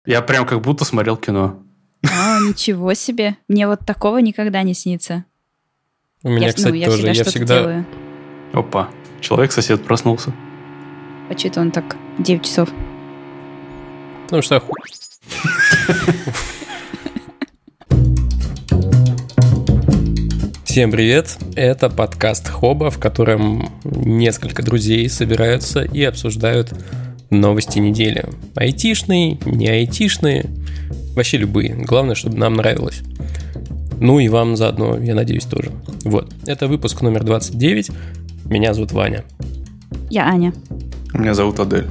Я прям как будто смотрел кино. Ничего себе. Мне вот такого никогда не снится. У меня, кстати, тоже. Я всегда делаю. Опа, человек-сосед проснулся. А что это он так 9 часов? Потому что Всем привет! Это подкаст Хоба, в котором несколько друзей собираются и обсуждают новости недели. Айтишные, не айтишные, вообще любые. Главное, чтобы нам нравилось. Ну и вам заодно, я надеюсь, тоже. Вот, это выпуск номер 29. Меня зовут Ваня. Я Аня. Меня зовут Адель.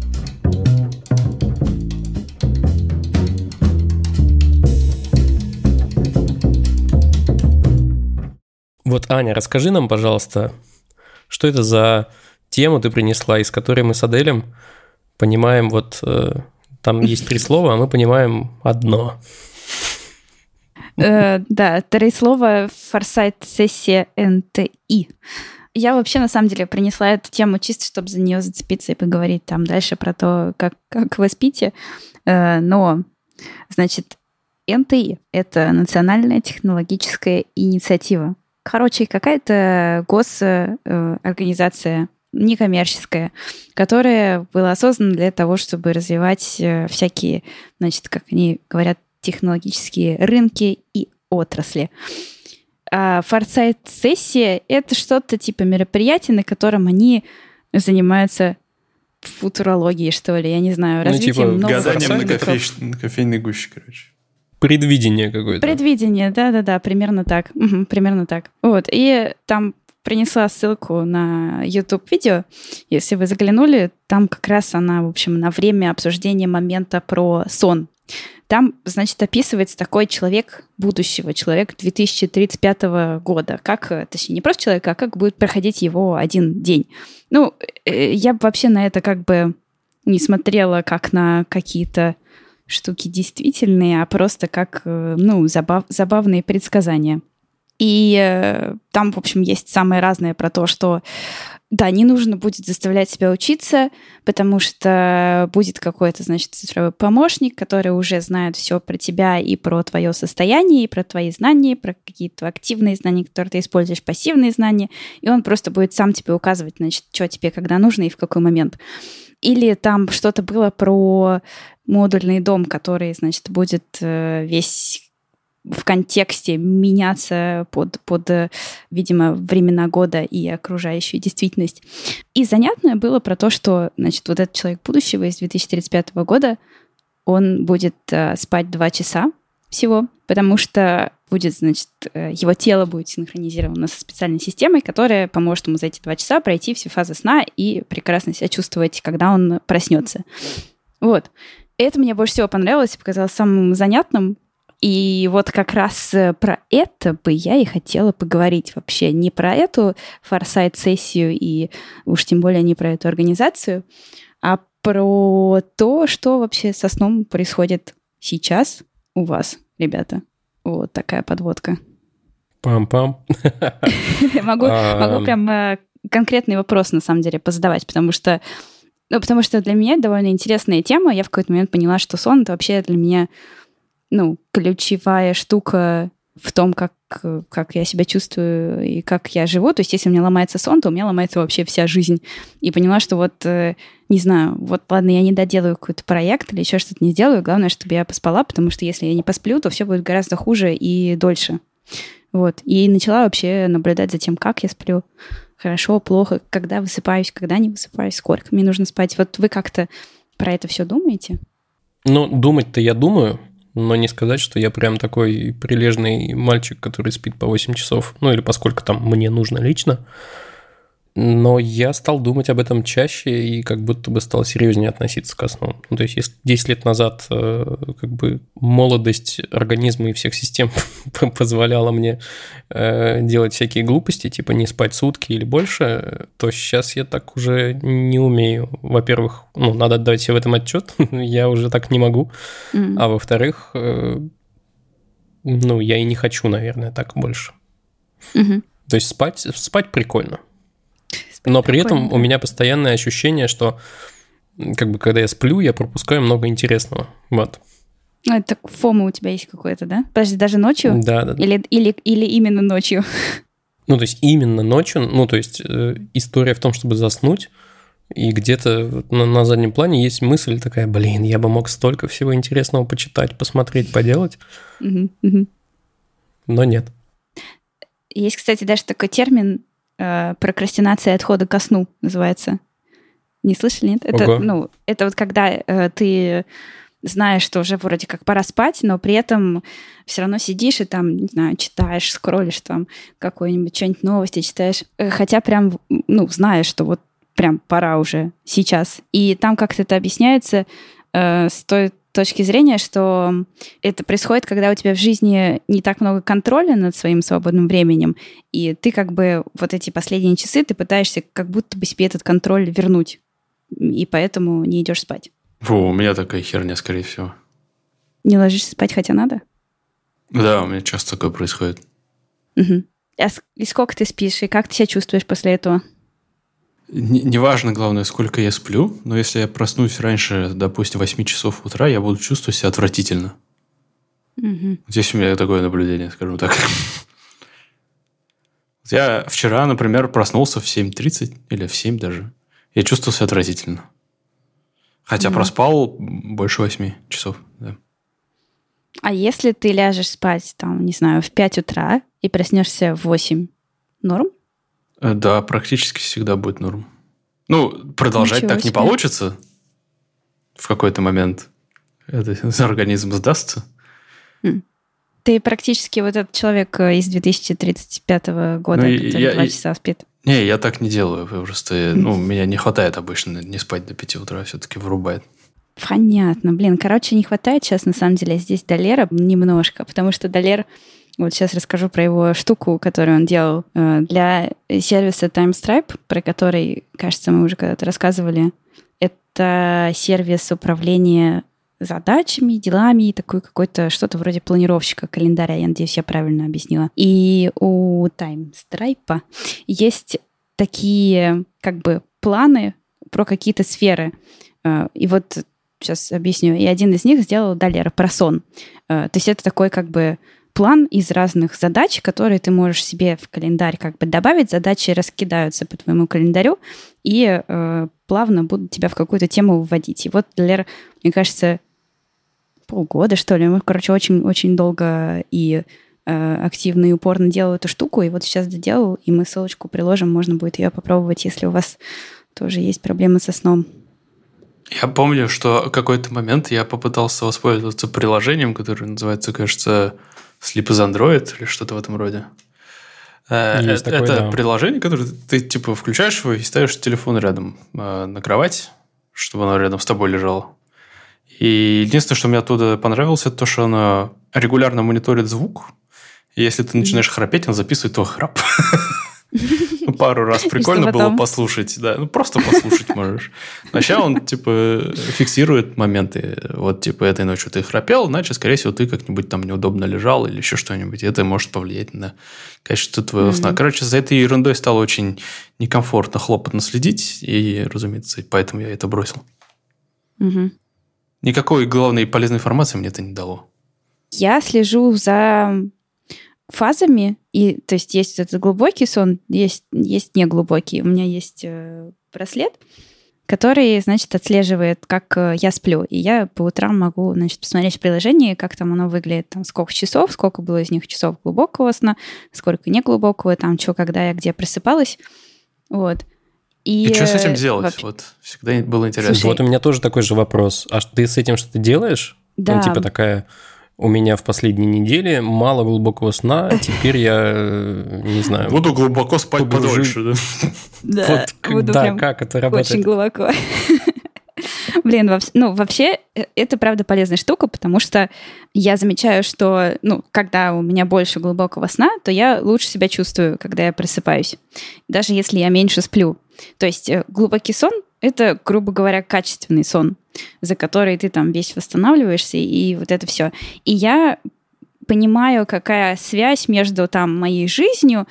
Вот, Аня, расскажи нам, пожалуйста, что это за тему ты принесла, из которой мы с Аделем понимаем, вот там есть 3 слова, а мы понимаем одно. Да, 3 слова «форсайт-сессия НТИ». Я вообще, на самом деле, принесла эту тему чисто, чтобы за нее зацепиться и поговорить там дальше про то, как вы спите. Но, значит, НТИ — это Национальная технологическая инициатива. Короче, какая-то госорганизация некоммерческая, которая была создана для того, чтобы развивать всякие, значит, как они говорят, технологические рынки и отрасли. А форсайт-сессия — это что-то типа мероприятия, на котором они занимаются футурологией, что ли, я не знаю, развитием новых... Гаданием на кофейной гуще, короче. Предвидение какое-то. Предвидение, да-да-да, примерно так. Примерно так. Вот, и там принесла ссылку на YouTube-видео. Если вы заглянули, там как раз она, в общем, на время обсуждения момента про сон. Там, значит, описывается такой человек будущего, человек 2035 года. Точнее, не просто человек, а как будет проходить его один день. Ну, я бы вообще на это как бы не смотрела как на какие-то штуки действительные, а просто как, забавные предсказания. И там, в общем, есть самое разное про то, что да, не нужно будет заставлять себя учиться, потому что будет какой-то, значит, цифровой помощник, который уже знает все про тебя и про твое состояние, и про твои знания, про какие-то активные знания, которые ты используешь, пассивные знания, и он просто будет сам тебе указывать, значит, что тебе когда нужно и в какой момент. Или там что-то было про модульный дом, который, значит, будет весь в контексте меняться под, видимо, времена года и окружающую действительность. И занятное было про то, что, значит, вот этот человек будущего из 2035 года, он будет спать 2 часа всего, потому что будет, значит, его тело будет синхронизировано со специальной системой, которая поможет ему за эти 2 часа пройти все фазы сна и прекрасно себя чувствовать, когда он проснется. Вот. Это мне больше всего понравилось и показалось самым занятным. И вот как раз про это бы я и хотела поговорить вообще. Не про эту форсайт-сессию и уж тем более не про эту организацию, а про то, что вообще со сном происходит сейчас у вас, ребята. Вот такая подводка. Пам-пам. Могу прям конкретный вопрос, на самом деле, позадавать, потому что для меня это довольно интересная тема. Я в какой-то момент поняла, что сон — это вообще для меня, ключевая штука в том, как я себя чувствую и как я живу. То есть если у меня ломается сон, то у меня ломается вообще вся жизнь. И поняла, что не знаю, ладно, я не доделаю какой-то проект или еще что-то не сделаю. Главное, чтобы я поспала, потому что если я не посплю, то все будет гораздо хуже и дольше. Вот. И начала вообще наблюдать за тем, как я сплю. Хорошо, плохо, когда высыпаюсь, когда не высыпаюсь, сколько мне нужно спать. Вот вы как-то про это все думаете? Думать-то я думаю, но не сказать, что я прям такой прилежный мальчик, который спит по 8 часов, или поскольку там мне нужно лично. Но я стал думать об этом чаще и как будто бы стал серьезнее относиться ко сну. То есть, если 10 лет назад молодость организма и всех систем позволяла мне делать всякие глупости, типа не спать сутки или больше, то сейчас я так уже не умею. Во-первых, надо отдать себе в этом отчет, я уже так не могу. А во-вторых, я и не хочу, наверное, так больше. То есть спать прикольно. Но при этом у меня постоянное ощущение, что как бы, когда я сплю, я пропускаю много интересного. Вот. Ну, это фома у тебя есть какой-то, да? Подожди, даже ночью? Да. Или именно ночью? Ну, то есть именно ночью, ну, то есть история в том, чтобы заснуть, и где-то на заднем плане есть мысль такая, блин, я бы мог столько всего интересного почитать, посмотреть, поделать, но нет. Есть, кстати, даже такой термин прокрастинация отхода ко сну называется. Не слышали, нет? Это вот когда ты знаешь, что уже вроде как пора спать, но при этом все равно сидишь и там, не знаю, читаешь, скроллишь там что-нибудь новости читаешь, хотя прям, знаешь, что вот прям пора уже сейчас. И там как-то это объясняется с той точки зрения, что это происходит, когда у тебя в жизни не так много контроля над своим свободным временем, и ты как бы вот эти последние часы ты пытаешься как будто бы себе этот контроль вернуть, и поэтому не идешь спать. Фу, у меня такая херня, скорее всего. Не ложишься спать, хотя надо? Да, у меня часто такое происходит. Угу. И сколько ты спишь, и как ты себя чувствуешь после этого? Неважно, главное, сколько я сплю, но если я проснусь раньше, допустим, 8 часов утра, я буду чувствовать себя отвратительно. Угу. Здесь у меня такое наблюдение, скажем так. Я вчера, например, проснулся в 7:30 или в 7 даже. Я чувствовал себя отвратительно. Хотя проспал больше 8 часов. Да. А если ты ляжешь спать, там, не знаю, в 5 утра и проснешься в 8, норм? Да, практически всегда будет норм. Продолжать Ничего так себе. не получится. В какой-то момент организм сдастся. Ты практически вот этот человек из 2035 года, который 2 часа спит. Не, я так не делаю. Просто, меня не хватает обычно не спать до 5 утра, все-таки вырубает. Понятно. Короче, не хватает сейчас, на самом деле, здесь Долера немножко, потому что Долер, вот сейчас расскажу про его штуку, которую он делал для сервиса TimeStripe, про который, кажется, мы уже когда-то рассказывали. Это сервис управления задачами, делами, такой какой-то что-то вроде планировщика, календаря, я надеюсь, я правильно объяснила. И у TimeStripe есть такие как бы планы про какие-то сферы. И вот сейчас объясню. И один из них сделал Долер про сон. То есть это такой как бы план из разных задач, которые ты можешь себе в календарь как бы добавить. Задачи раскидаются по твоему календарю и плавно будут тебя в какую-то тему вводить. И вот Долер, мне кажется, полгода, что ли. Очень долго и активно и упорно делал эту штуку. И вот сейчас доделал, и мы ссылочку приложим. Можно будет ее попробовать, если у вас тоже есть проблемы со сном. Я помню, что в какой-то момент я попытался воспользоваться приложением, которое называется, кажется, Sleep is Android или что-то в этом роде. Это приложение, которое ты типа включаешь его и ставишь телефон рядом на кровать, чтобы оно рядом с тобой лежало. И единственное, что мне оттуда понравилось, это то, что оно регулярно мониторит звук. И если ты начинаешь храпеть, он записывает твой храп. Пару раз прикольно было послушать. Да, просто послушать можешь. Сначала он, фиксирует моменты. Вот, этой ночью ты храпел, значит, скорее всего, ты как-нибудь там неудобно лежал или еще что-нибудь. И это может повлиять на качество твоего сна. Короче, за этой ерундой стало очень некомфортно, хлопотно следить. И, разумеется, поэтому я это бросил. Никакой главной и полезной информации мне это не дало. Я слежу за фазами, и то есть этот глубокий сон, есть неглубокий. У меня есть браслет, который, значит, отслеживает, как я сплю. И я по утрам могу, значит, посмотреть в приложении, как там оно выглядит, там, сколько часов, сколько было из них часов глубокого сна, сколько неглубокого, там, что, когда я где просыпалась. Вот. И что с этим делать? Вообще... Вот всегда было интересно. Слушай, вот у меня тоже такой же вопрос. А ты с этим что-то делаешь? Да. Такая... У меня в последние недели мало глубокого сна, теперь я, не знаю... Буду глубоко спать подольше, да? Да, как это работает? Очень глубоко. Блин, вообще, это правда полезная штука, потому что я замечаю, что, когда у меня больше глубокого сна, то я лучше себя чувствую, когда я просыпаюсь, даже если я меньше сплю. То есть глубокий сон — это, грубо говоря, качественный сон, за который ты там весь восстанавливаешься, и вот это все. И я понимаю, какая связь между там моей жизнью,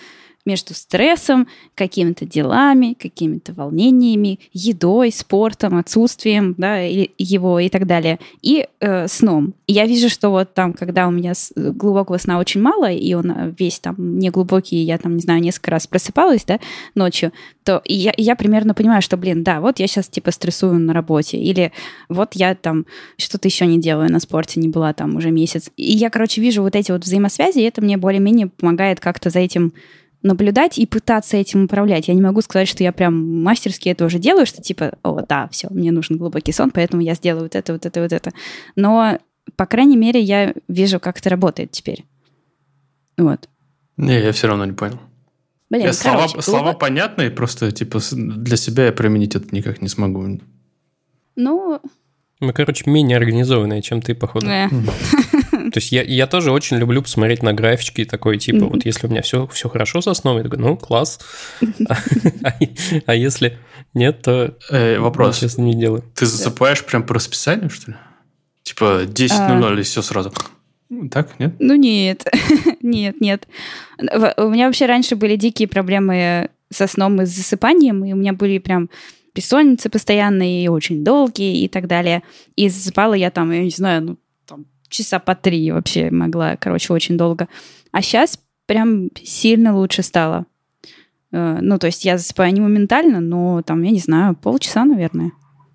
между стрессом, какими-то делами, какими-то волнениями, едой, спортом, отсутствием, да, его и так далее, и сном. И я вижу, что вот там, когда у меня глубокого сна очень мало, и он весь там неглубокий, я там, не знаю, несколько раз просыпалась, да, ночью, то я примерно понимаю, что, да, вот я сейчас типа стрессую на работе, или вот я там что-то еще не делаю, на спорте не была там уже месяц. И я, короче, вижу вот эти вот взаимосвязи, и это мне более-менее помогает как-то за этим наблюдать и пытаться этим управлять. Я не могу сказать, что я прям мастерски это уже делаю, что типа, да, все, мне нужен глубокий сон, поэтому я сделаю вот это, вот это, вот это. Но, по крайней мере, я вижу, как это работает теперь. Вот. Не, я все равно не понял. Слова понятные, просто типа для себя я применить это никак не смогу. Ну... Мы, короче, менее организованные, чем ты, походу. То есть я тоже очень люблю посмотреть на графички такой, типа, вот если у меня все хорошо со сном, я такой, класс. А если нет, то вопрос. Честно, не делаю. Ты засыпаешь прям по расписанию, что ли? Типа 10:00 и все сразу. Так, нет? Ну, нет. Нет. У меня вообще раньше были дикие проблемы со сном и с засыпанием, и у меня были прям бессонницы постоянные, очень долгие и так далее. И засыпала я там, я не знаю, часа по 3 вообще могла, короче, очень долго. А сейчас прям сильно лучше стало. То есть я засыпаю не моментально, но там, я не знаю, полчаса, наверное.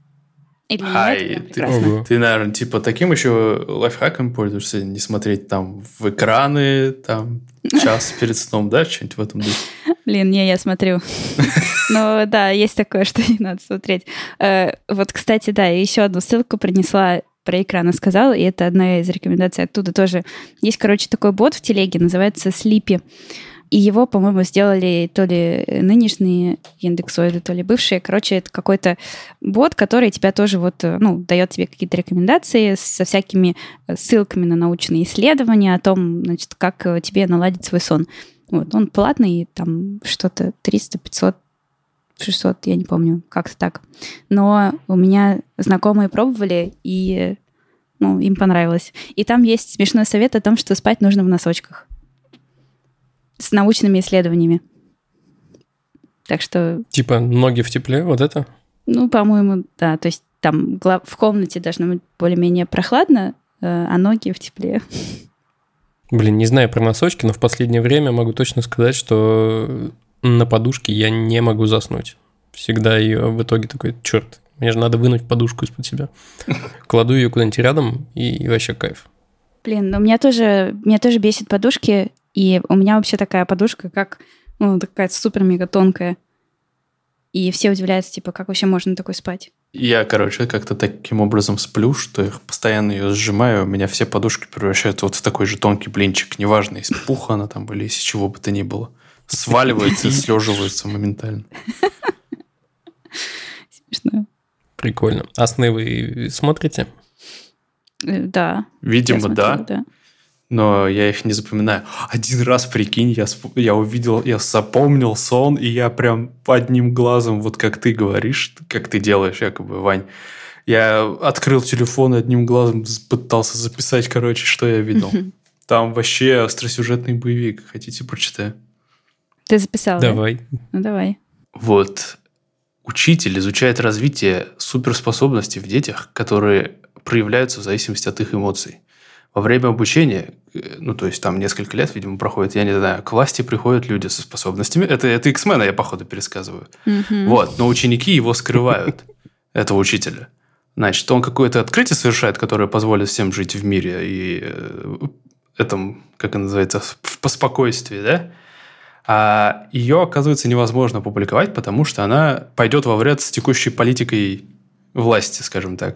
Ты, наверное, типа таким еще лайфхаком пользуешься, не смотреть там в экраны, там час перед сном, да, что-нибудь в этом духе? Не, я смотрю. Ну, да, есть такое, что не надо смотреть. Вот, кстати, да, я еще одну ссылку принесла, про экраны сказала, и это одна из рекомендаций оттуда тоже. Есть, короче, такой бот в телеге, называется Sleepy. И его, по-моему, сделали то ли нынешние индексоиды, то ли бывшие. Короче, это какой-то бот, который тебя тоже дает тебе какие-то рекомендации со всякими ссылками на научные исследования о том, значит, как тебе наладить свой сон. Вот, он платный, там что-то 300, 500, 600, я не помню, как-то так. Но у меня знакомые пробовали, и им понравилось. И там есть смешной совет о том, что спать нужно в носочках. С научными исследованиями. Так что... Типа ноги в тепле, вот это? По-моему, да. То есть там в комнате должно быть более-менее прохладно, а ноги в тепле. Не знаю про носочки, но в последнее время могу точно сказать, что на подушке я не могу заснуть. Всегда ее в итоге такой, черт, мне же надо вынуть подушку из-под себя. Кладу ее куда-нибудь рядом, и вообще кайф. Но меня тоже бесит подушки. И у меня вообще такая подушка, как, такая супер-мега тонкая. И все удивляются, типа, как вообще можно такой спать? Я, как-то таким образом сплю, что я постоянно ее сжимаю, у меня все подушки превращаются вот в такой же тонкий блинчик, неважно, из пуха она там или из чего бы то ни было. Сваливается и слеживается моментально. Смешно. Прикольно. А сны вы смотрите? Да. Видимо, да. Но я их не запоминаю. Один раз, прикинь, я запомнил сон, и я прям одним глазом, вот как ты говоришь, как ты делаешь, якобы, Вань. Я открыл телефон и одним глазом пытался записать, что я видел. Там вообще остросюжетный боевик. Хотите, прочитаю? Ты записал, Давай. Да? Ну, давай. Вот. Учитель изучает развитие суперспособностей в детях, которые проявляются в зависимости от их эмоций. Во время обучения, то есть там несколько лет, видимо, проходит, я не знаю, к власти приходят люди со способностями. Это X-Men, я, походу, пересказываю. Вот, но ученики его скрывают, этого учителя. Значит, он какое-то открытие совершает, которое позволит всем жить в мире и этом, как это называется, в спокойствии, да? А ее, оказывается, невозможно публиковать, потому что она пойдет вовред с текущей политикой власти, скажем так.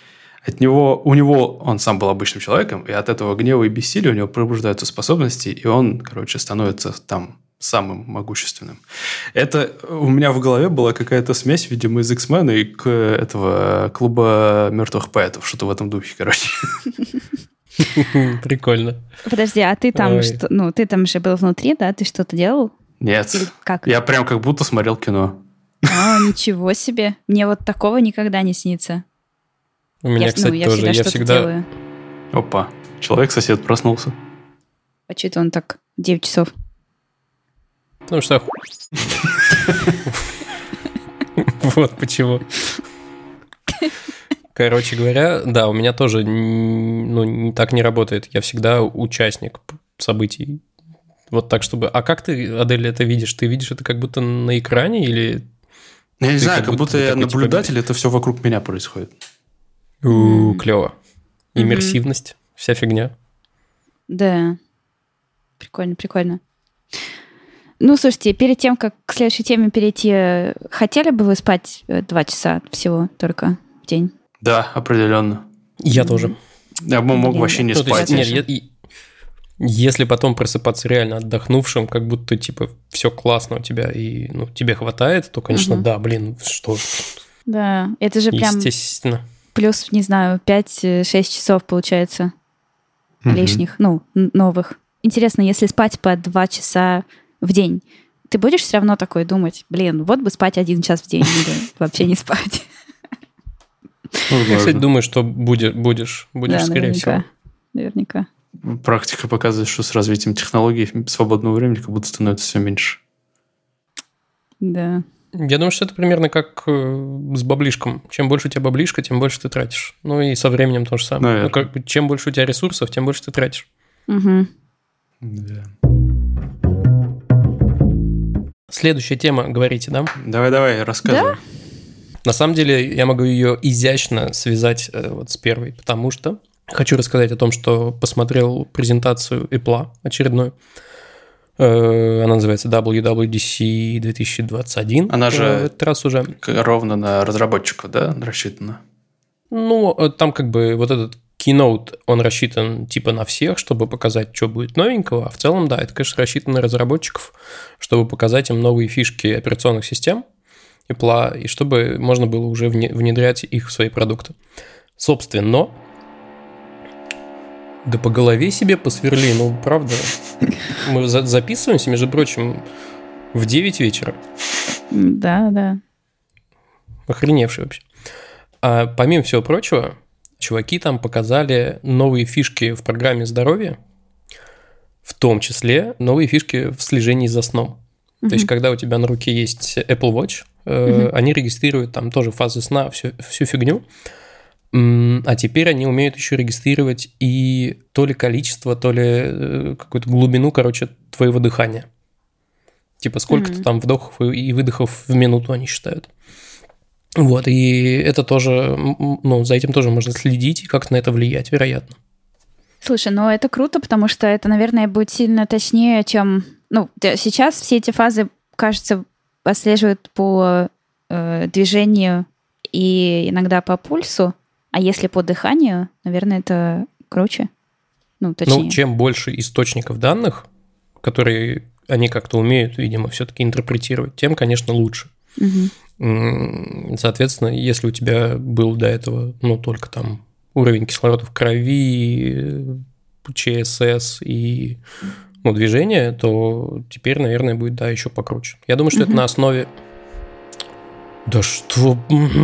Он сам был обычным человеком, и от этого гнева и бессилия у него пробуждаются способности, и он, становится там самым могущественным. Это у меня в голове была какая-то смесь, видимо, из X-Men и клуба мертвых поэтов, что-то в этом духе, Прикольно. Подожди, а ты там ты там же был внутри, да? Ты что-то делал? Нет. Или как? Я прям как будто смотрел кино. Ничего себе. Мне вот такого никогда не снится. У меня, кстати, тоже. Я всегда делаю. Опа, человек-сосед проснулся. А что это он так 9 часов? Потому что... Вот почему. Короче говоря, да, у меня тоже так не работает. Я всегда участник событий. Вот так, чтобы... А как ты, Адель, это видишь? Ты видишь это как будто на экране или... Я не знаю, как будто я наблюдатель, это все вокруг меня происходит. Клево. Иммерсивность, вся фигня. Да. Прикольно, прикольно. Ну, слушайте, перед тем, как к следующей теме перейти, хотели бы вы спать 2 часа всего только в день? Да, определенно. Я тоже. Я бы мог вообще не спать. Нет, если потом просыпаться реально отдохнувшим, как будто, типа, все классно у тебя и, тебе хватает, то, конечно, да, блин, что... Да, это же прям... Естественно. Плюс, не знаю, 5-6 часов получается лишних, новых. Интересно, если спать по 2 часа в день, ты будешь все равно такой думать, блин, вот бы спать 1 час в день или вообще не спать? Я, кстати, думаю, что будешь, да, скорее всего. Наверняка. Практика показывает, что с развитием технологий свободного времени как будто становится все меньше. Да. Я думаю, что это примерно как с баблишком. Чем больше у тебя баблишка, тем больше ты тратишь. Ну и со временем то же самое. Чем больше у тебя ресурсов, тем больше ты тратишь. Угу. Да. Следующая тема, говорите, да? Давай, рассказывай. Да? На самом деле, я могу ее изящно связать вот с первой, потому что хочу рассказать о том, что посмотрел презентацию Apple очередную. Она называется WWDC 2021. Она же этот раз уже ровно на разработчиков, да, рассчитана? Ну, там как бы вот этот Keynote, он рассчитан типа на всех, чтобы показать, что будет новенького, а в целом, да, это, конечно, рассчитано на разработчиков, чтобы показать им новые фишки операционных систем Apple, и чтобы можно было уже внедрять их в свои продукты. Собственно, да по голове себе посверли, правда. Мы записываемся, между прочим, в 9 вечера. Да. Охреневший вообще. А помимо всего прочего, чуваки там показали новые фишки в программе здоровья, в том числе новые фишки в слежении за сном. То есть, когда у тебя на руке есть Apple Watch, они регистрируют там тоже фазы сна, всю фигню. А теперь они умеют еще регистрировать и то ли количество, то ли какую-то глубину, твоего дыхания. Типа сколько-то там вдохов и выдохов в минуту они считают. Вот, и это тоже, за этим тоже можно следить и как-то на это влиять, вероятно. Слушай, это круто, потому что это, наверное, будет сильно точнее, чем... сейчас все эти фазы, кажется, отслеживают по движению и иногда по пульсу, а если по дыханию, наверное, это круче. Точнее. Чем больше источников данных, которые они как-то умеют, видимо, все-таки интерпретировать, тем, конечно, лучше. Соответственно, если у тебя был до этого, только там уровень кислорода в крови, ЧСС и движение, то теперь, наверное, будет, да, еще покруче. Я думаю, что это на основе... Да что...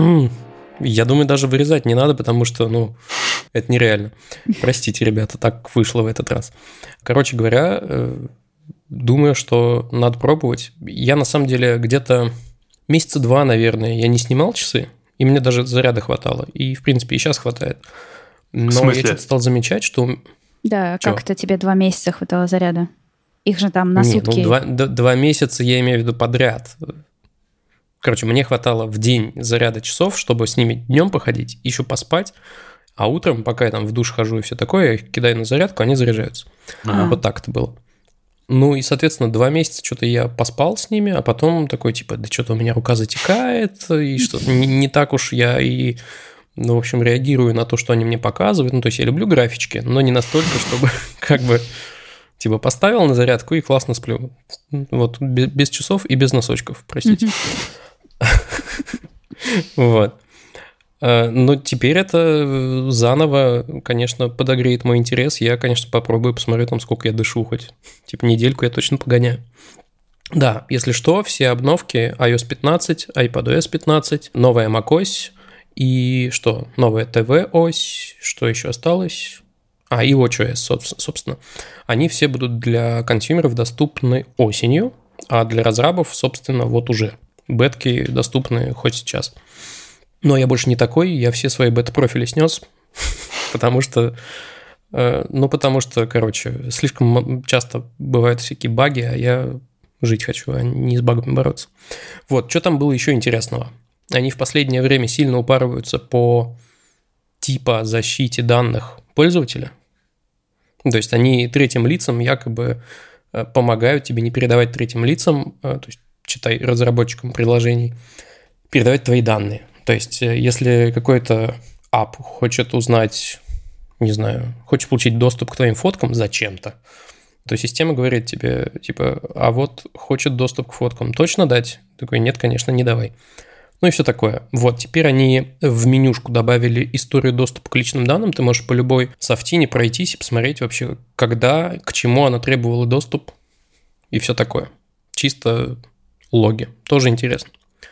Я думаю, даже вырезать не надо, потому что, это нереально. Простите, ребята, так вышло в этот раз. Короче говоря, думаю, что надо пробовать. Я, на самом деле, где-то месяца 2, наверное, я не снимал часы, и мне даже заряда хватало. И, в принципе, и сейчас хватает. Но я что-то стал замечать, что... Да, как-то тебе 2 месяца хватало заряда. Их же там на сутки. 2 месяца я имею в виду подряд. Короче, мне хватало в день заряда часов, чтобы с ними днем походить, еще поспать, а утром, пока я там в душ хожу и все такое, я их кидаю на зарядку, они заряжаются. Вот так это было. И, соответственно, 2 месяца что-то я поспал с ними, а потом такой, типа, да что-то у меня рука затекает, и что-то не так уж я и, в общем, реагирую на то, что они мне показывают. То есть я люблю графички, но не настолько, чтобы как бы... Типа поставил на зарядку и классно сплю. Вот, без часов и без носочков, простите. Вот. Но теперь это заново, конечно, подогреет мой интерес. Я, конечно, попробую, посмотрю там, сколько я дышу хоть. Типа недельку я точно погоняю. Да, если что, все обновки iOS 15, iPadOS 15, новая macOS и что? Новая tvOS, что еще осталось? И watchOS, собственно. Они все будут для консюмеров доступны осенью. А для разрабов, собственно, вот уже. Бетки доступны хоть сейчас. Но я больше не такой, я все свои бета-профили снес, потому что, короче, слишком часто бывают всякие баги, а я жить хочу, а не с багами бороться. Вот, что там было еще интересного? Они в последнее время сильно упарываются по типа защите данных пользователя. То есть они третьим лицам якобы помогают тебе не передавать третьим лицам, то есть читай разработчикам приложений, передавать твои данные. То есть если какой-то ап хочет узнать, не знаю, хочет получить доступ к твоим фоткам зачем-то, то система говорит тебе, типа, а вот хочет доступ к фоткам, точно дать? Такой, нет, конечно, не давай. Ну и все такое. Вот, теперь они в менюшку добавили историю доступа к личным данным. Ты можешь по любой софтине пройтись и посмотреть вообще, когда, к чему она требовала доступ и все такое. Чисто логи. Тоже интересно.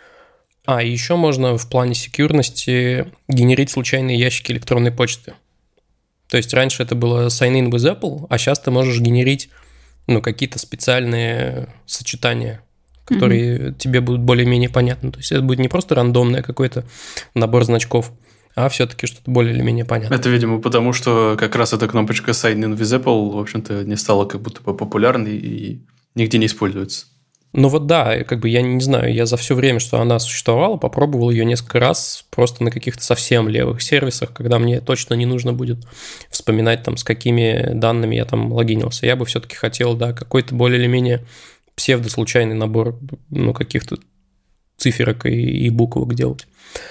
А, и еще можно в плане секьюрности генерить случайные ящики электронной почты. То есть раньше это было sign in with Apple, а сейчас ты можешь генерить какие-то специальные сочетания, которые тебе будут более-менее понятны. То есть это будет не просто рандомный какой-то набор значков, а все-таки что-то более или менее понятно. Это, видимо, потому что как раз эта кнопочка Sign in with Apple, в общем-то, не стала как будто бы популярной и нигде не используется. Ну вот да, как бы я не знаю, я за все время, что она существовала, попробовал ее несколько раз просто на каких-то совсем левых сервисах, когда мне точно не нужно будет вспоминать там, с какими данными я там логинился. Я бы все-таки хотел, да, какой-то более или менее псевдослучайный набор каких-то циферок и буквок делать.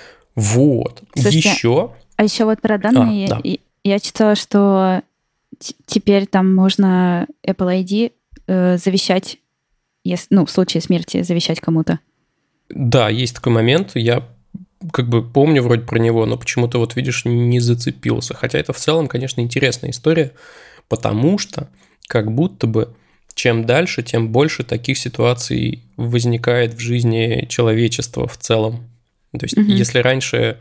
Вот. Слушайте, еще... А еще вот про данные я читала, что теперь там можно Apple ID завещать, в случае смерти завещать кому-то. Да, есть такой момент. Я как бы помню вроде про него, но почему-то вот, видишь, не зацепился. Хотя это в целом, конечно, интересная история, потому что как будто бы чем дальше, тем больше таких ситуаций возникает в жизни человечества в целом. То есть, если раньше...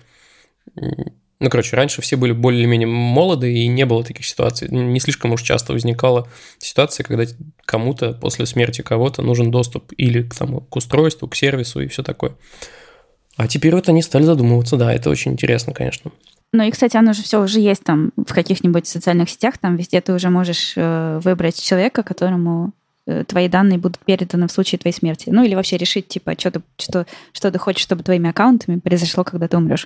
раньше все были более-менее молоды, и не было таких ситуаций. Не слишком уж часто возникала ситуация, когда кому-то после смерти кого-то нужен доступ или к устройству, к сервису и все такое. А теперь вот они стали задумываться. Да, это очень интересно, конечно. Ну и, кстати, оно же все уже есть там в каких-нибудь социальных сетях, там везде ты уже можешь выбрать человека, которому твои данные будут переданы в случае твоей смерти. Ну или вообще решить, типа, что ты хочешь, чтобы твоими аккаунтами произошло, когда ты умрешь.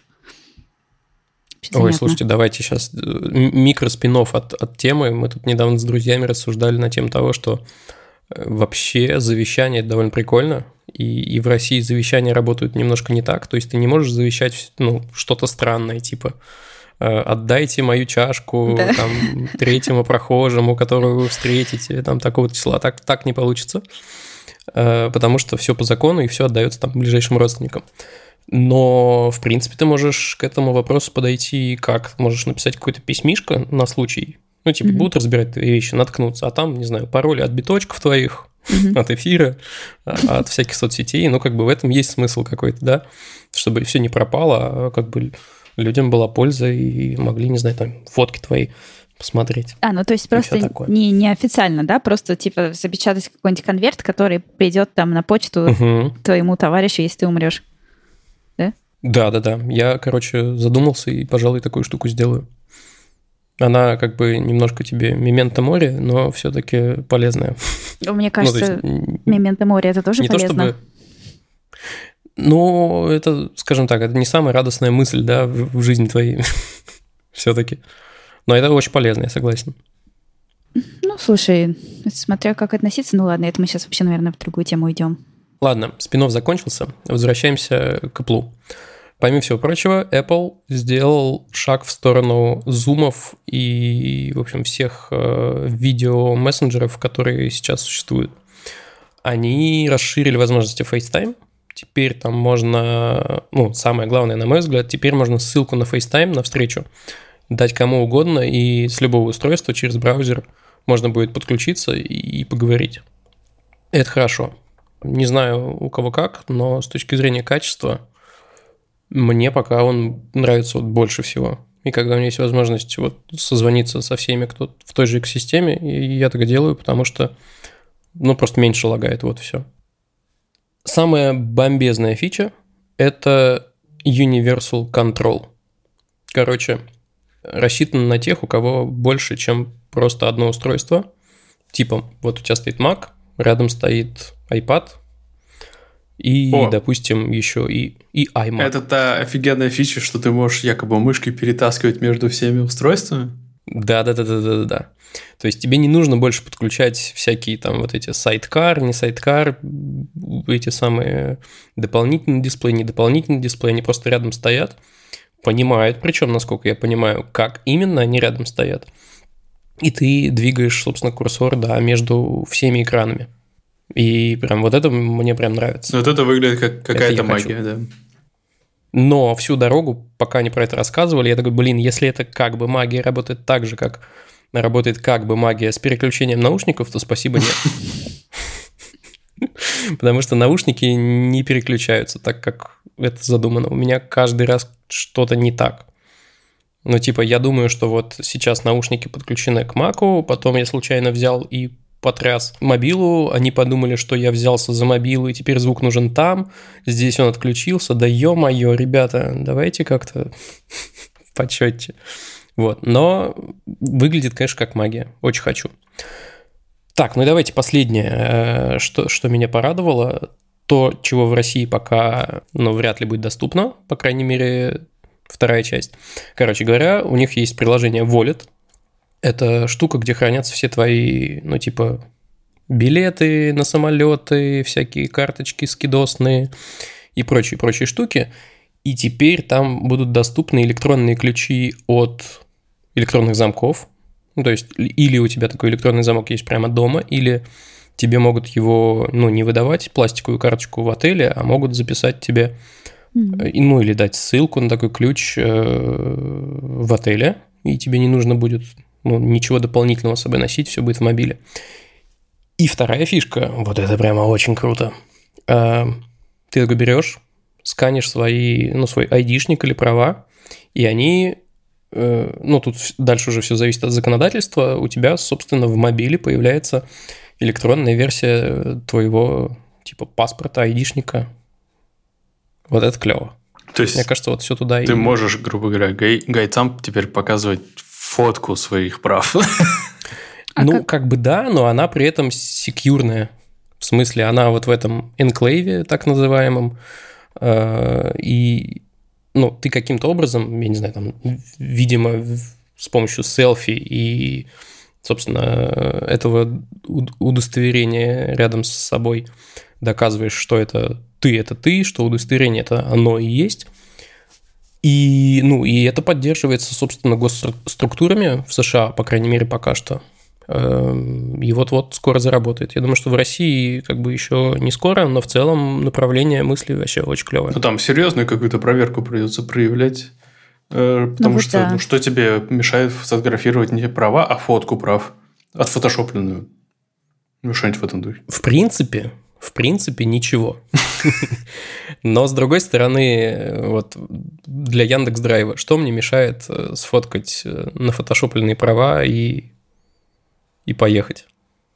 Ой, слушайте, давайте сейчас микроспин-офф от темы. Мы тут недавно с друзьями рассуждали на тему того, что вообще завещание – это довольно прикольно, и в России завещания работают немножко не так. То есть ты не можешь завещать что-то странное, типа отдайте мою чашку там, третьему прохожему, которого вы встретите, там такого числа. Так не получится, потому что все по закону, и все отдается там ближайшим родственникам. Но, в принципе, ты можешь к этому вопросу подойти как? Можешь написать какое-то письмишко на случай, будут разбирать твои вещи, наткнуться, а там, не знаю, пароли от биточков твоих, от эфира, от всяких соцсетей, в этом есть смысл какой-то, да, чтобы все не пропало, а людям была польза и могли, не знаю, там, фотки твои посмотреть. То есть просто не официально, да, просто запечатать какой-нибудь конверт, который придет там на почту твоему товарищу, если ты умрешь. Да. Я, задумался и, пожалуй, такую штуку сделаю. Она немножко тебе мементо море, но все-таки полезная. Мне кажется, мементо море это тоже полезно. Это, скажем так, это не самая радостная мысль, да, в жизни твоей все-таки. Но это очень полезно, я согласен. Слушай, смотря как относиться, ладно, это мы сейчас вообще, наверное, в другую тему идем. Ладно, спин-офф закончился, возвращаемся к Apple. Помимо всего прочего, Apple сделал шаг в сторону зумов и, в общем, всех видеомессенджеров, которые сейчас существуют. Они расширили возможности FaceTime. Теперь там можно, самое главное, на мой взгляд, теперь можно ссылку на FaceTime, на встречу, дать кому угодно, и с любого устройства через браузер можно будет подключиться и поговорить. Это хорошо. Не знаю, у кого как, но с точки зрения качества мне пока он нравится больше всего. И когда у меня есть возможность созвониться со всеми, кто в той же экосистеме, я так делаю, потому что просто меньше лагает, все. самая бомбезная фича – это Universal Control. Короче, рассчитан на тех, у кого больше, чем просто одно устройство. Типа, вот у тебя стоит Mac, рядом стоит iPad и, допустим, еще и iMac. Это та офигенная фича, что ты можешь якобы мышкой перетаскивать между всеми устройствами? Да. То есть тебе не нужно больше подключать всякие там вот эти сайдкар, не сайдкар, эти самые дополнительные дисплеи, не дополнительные дисплеи, они просто рядом стоят, понимают, причем, насколько я понимаю, как именно они рядом стоят. И ты двигаешь, собственно, курсор, да, между всеми экранами. И прям вот это мне прям нравится. Вот это выглядит как какая-то магия, да. Но всю дорогу, пока они про это рассказывали, я такой, если это как бы магия работает так же, как работает как бы магия с переключением наушников, то спасибо, нет. Потому что наушники не переключаются так, как это задумано. У меня каждый раз что-то не так. Ну, типа, я думаю, что вот сейчас наушники подключены к Mac'у, потом я случайно взял и потряс мобилу, они подумали, что я взялся за мобилу, и теперь звук нужен там, здесь он отключился, да ё-моё, ребята, давайте как-то почётче. Вот, но выглядит, конечно, как магия, очень хочу. Так, ну и давайте последнее, что меня порадовало, то, чего в России пока, вряд ли будет доступно, по крайней мере, вторая часть. Короче говоря, у них есть приложение Wallet. Это штука, где хранятся все твои, билеты на самолеты, всякие карточки скидосные и прочие штуки. И теперь там будут доступны электронные ключи от электронных замков. То есть, или у тебя такой электронный замок есть прямо дома, или тебе могут его, не выдавать, пластиковую карточку в отеле, а могут записать тебе, или дать ссылку на такой ключ в отеле, и тебе не нужно будет ничего дополнительного с собой носить, все будет в мобиле. И вторая фишка, вот это прямо очень круто. Ты такой берешь, сканишь свой айдишник или права, и они, тут дальше уже все зависит от законодательства, у тебя, собственно, в мобиле появляется электронная версия твоего, паспорта, айдишника. Вот это клево. То есть, мне кажется, вот все туда. Ты можешь, грубо говоря, гайцам теперь показывать фотку своих прав. Как бы да, но она при этом секьюрная. В смысле, она вот в этом энклейве, так называемом, и ты каким-то образом, я не знаю, там, видимо, с помощью селфи и, собственно, этого удостоверения рядом с собой доказываешь, что это ты, что удостоверение это оно и есть. И это поддерживается, собственно, госструктурами в США, по крайней мере, пока что. И вот-вот скоро заработает. Я думаю, что в России еще не скоро, но в целом направление мысли вообще очень клевое. Там серьезную какую-то проверку придется проявлять, потому что что тебе мешает фотографировать не права, а фотку прав, отфотошопленную. Что-нибудь в этом духе. В принципе, ничего. Но, с другой стороны, вот для Яндекс.Драйва, что мне мешает сфоткать нафотошопленные права и поехать?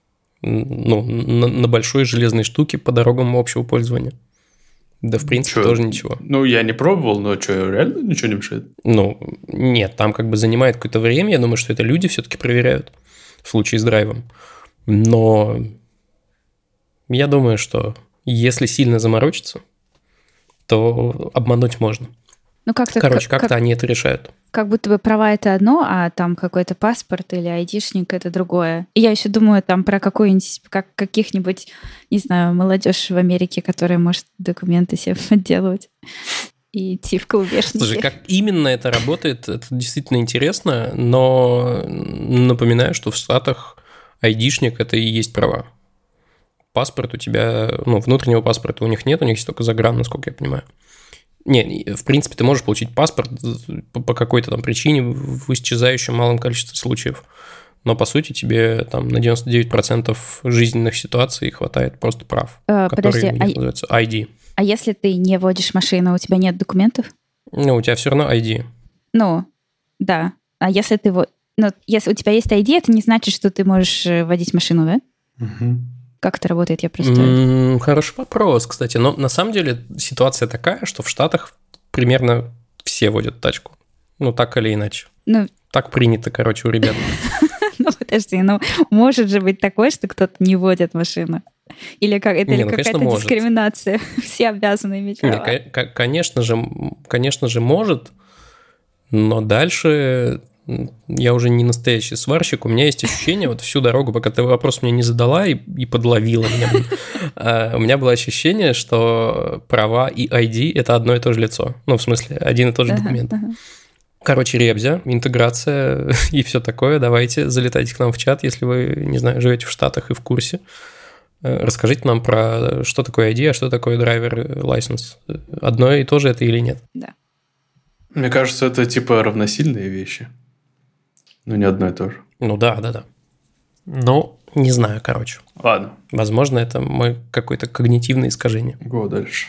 На большой железной штуке по дорогам общего пользования. Да, в принципе, тоже ничего. Я не пробовал, но реально ничего не мешает? Нет, там занимает какое-то время. Я думаю, что это люди все-таки проверяют в случае с драйвом. Но я думаю, что если сильно заморочиться, то обмануть можно. Как-то они это решают. Как будто бы права — это одно, а там какой-то паспорт или айдишник — это другое. И я еще думаю там про каких-нибудь, не знаю, молодежь в Америке, которая может документы себе подделывать и идти в КЛБшники. Слушай, как именно это работает, это действительно интересно, но напоминаю, что в Штатах айдишник — это и есть права. Паспорт у тебя, внутреннего паспорта у них нет, у них есть только загран, насколько я понимаю. Не, в принципе, ты можешь получить паспорт по какой-то там причине в исчезающем малом количестве случаев. Но, по сути, тебе там на 99% жизненных ситуаций хватает просто прав, которые у них называются ID. А если ты не водишь машину, у тебя нет документов? У тебя все равно ID. Да. А если ты если у тебя есть ID, это не значит, что ты можешь водить машину, да? Угу. Как это работает, я просто... Хороший вопрос, кстати. Но на самом деле ситуация такая, что в Штатах примерно все водят тачку. Ну, так или иначе. Так принято, короче, у ребят. Ну, подожди, может же быть такое, что кто-то не водит машину? Или как это какая-то дискриминация? Все обязаны иметь права. Конечно же, может, но дальше я уже не настоящий сварщик. У меня есть ощущение, вот всю дорогу, пока ты вопрос мне не задала и подловила меня, у меня было ощущение, что права и ID – это одно и то же лицо. Ну, в смысле, один и тот же документ. Короче, ребзя, интеграция и все такое. Давайте, залетайте к нам в чат, если вы, не знаю, живете в Штатах и в курсе. Расскажите нам про что такое ID, а что такое driver license. Одно и то же это или нет? Да. Мне кажется, это типа равносильные вещи. Ну, не одно и то же. Ну, да. Ну, не знаю, короче. Ладно. Возможно, это мое какое-то когнитивное искажение. Го дальше.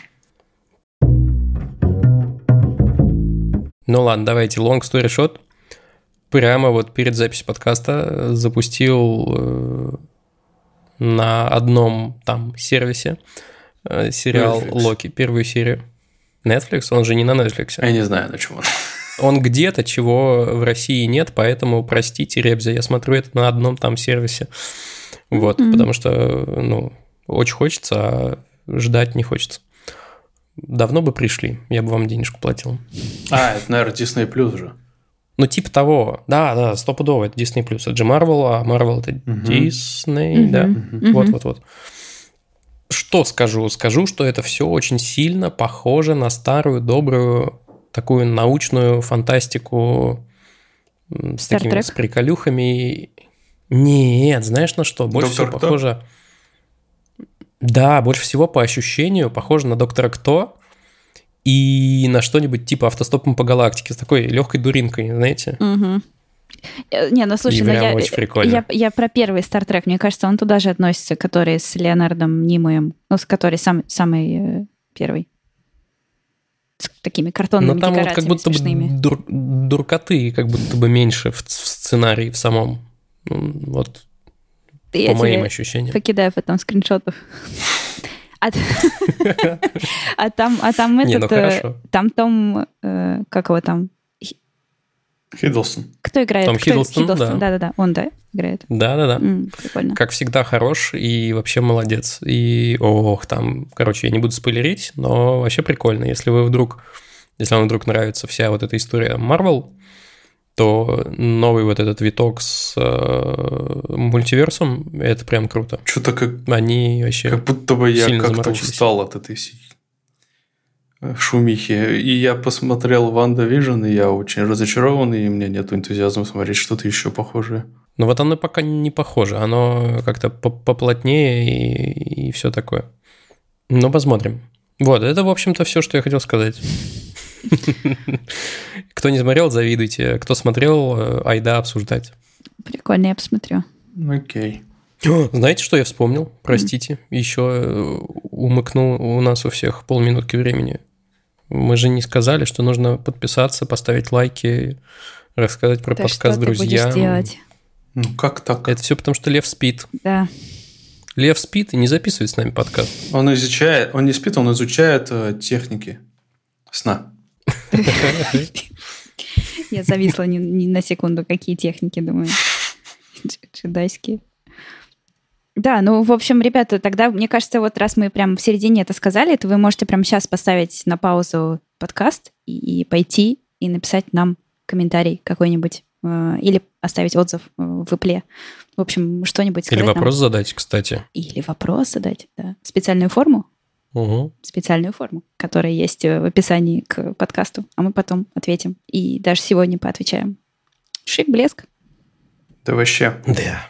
Ну ладно, давайте, long story short. Прямо вот перед записью подкаста запустил на одном там сервисе сериал Netflix. Локи, первую серию. Netflix? Он же не на Netflix. Я не знаю, на чем он. Он где-то, чего в России нет, поэтому, простите, ребзя, я смотрю это на одном там сервисе. Вот, потому что, очень хочется, а ждать не хочется. Давно бы пришли, я бы вам денежку платил. Это, наверное, Disney Plus же. Ну, типа того. Да, стопудово, это Disney+. Это же Marvel, а Marvel это Disney, да. Вот. Что скажу? Скажу, что это все очень сильно похоже на старую, добрую, такую научную фантастику с такими с приколюхами. Нет, знаешь на что? Больше всего похоже... Да, больше всего по ощущению похоже на Доктора Кто и на что-нибудь типа «Автостопом по галактике» с такой легкой дуринкой, знаете? Не, ну слушай, очень прикольно. Я про первый Star Trek, мне кажется, он туда же относится, который с Леонардом Нимоем, с который самый первый. С такими картонными декорациями смешными. Но там вот как будто бы дуркоты как будто бы меньше в сценарии в самом. Вот. По моим ощущениям. Покидаю потом скриншотов. А там этот... Там Том... Как его там? Хиддлстон. Кто играет? Том Хиддлстон, да. Да, он, да, играет? Да. Прикольно. Как всегда хорош и вообще молодец. И, там, короче, я не буду спойлерить, но вообще прикольно. Если вам вдруг нравится вся вот эта история Marvel, то новый вот этот виток с мультиверсом, это прям круто. Что-то они вообще как будто бы я как-то устал от этой шумихи. И я посмотрел Ванда Вижн, и я очень разочарован, и у меня нет энтузиазма смотреть что-то еще похожее. Ну вот оно пока не похоже, оно как-то поплотнее и все такое. Но посмотрим. Вот, это, в общем-то, все, что я хотел сказать. Кто не смотрел, завидуйте. Кто смотрел, айда обсуждать. Прикольно, я посмотрю. Окей. Знаете, что я вспомнил? Простите. Еще умыкнул у нас у всех полминутки времени. Мы же не сказали, что нужно подписаться, поставить лайки, рассказать про подкаст друзьям. Что ты будешь делать? Ну, как так? Это все потому, что Лев спит. Да. Лев спит и не записывает с нами подкаст. Он не спит, он изучает техники сна. Я зависла не на секунду, какие техники, думаю. Джедайские. Да, в общем, ребята, тогда, мне кажется, вот раз мы прям в середине это сказали, то вы можете прямо сейчас поставить на паузу подкаст и пойти и написать нам комментарий какой-нибудь или оставить отзыв в Apple. В общем, что-нибудь сказать. Или вопрос задать, кстати. Или вопрос задать, да. Специальную форму. Специальную форму, которая есть в описании к подкасту, а мы потом ответим. И даже сегодня поотвечаем. Шик, блеск. Да вообще. Да.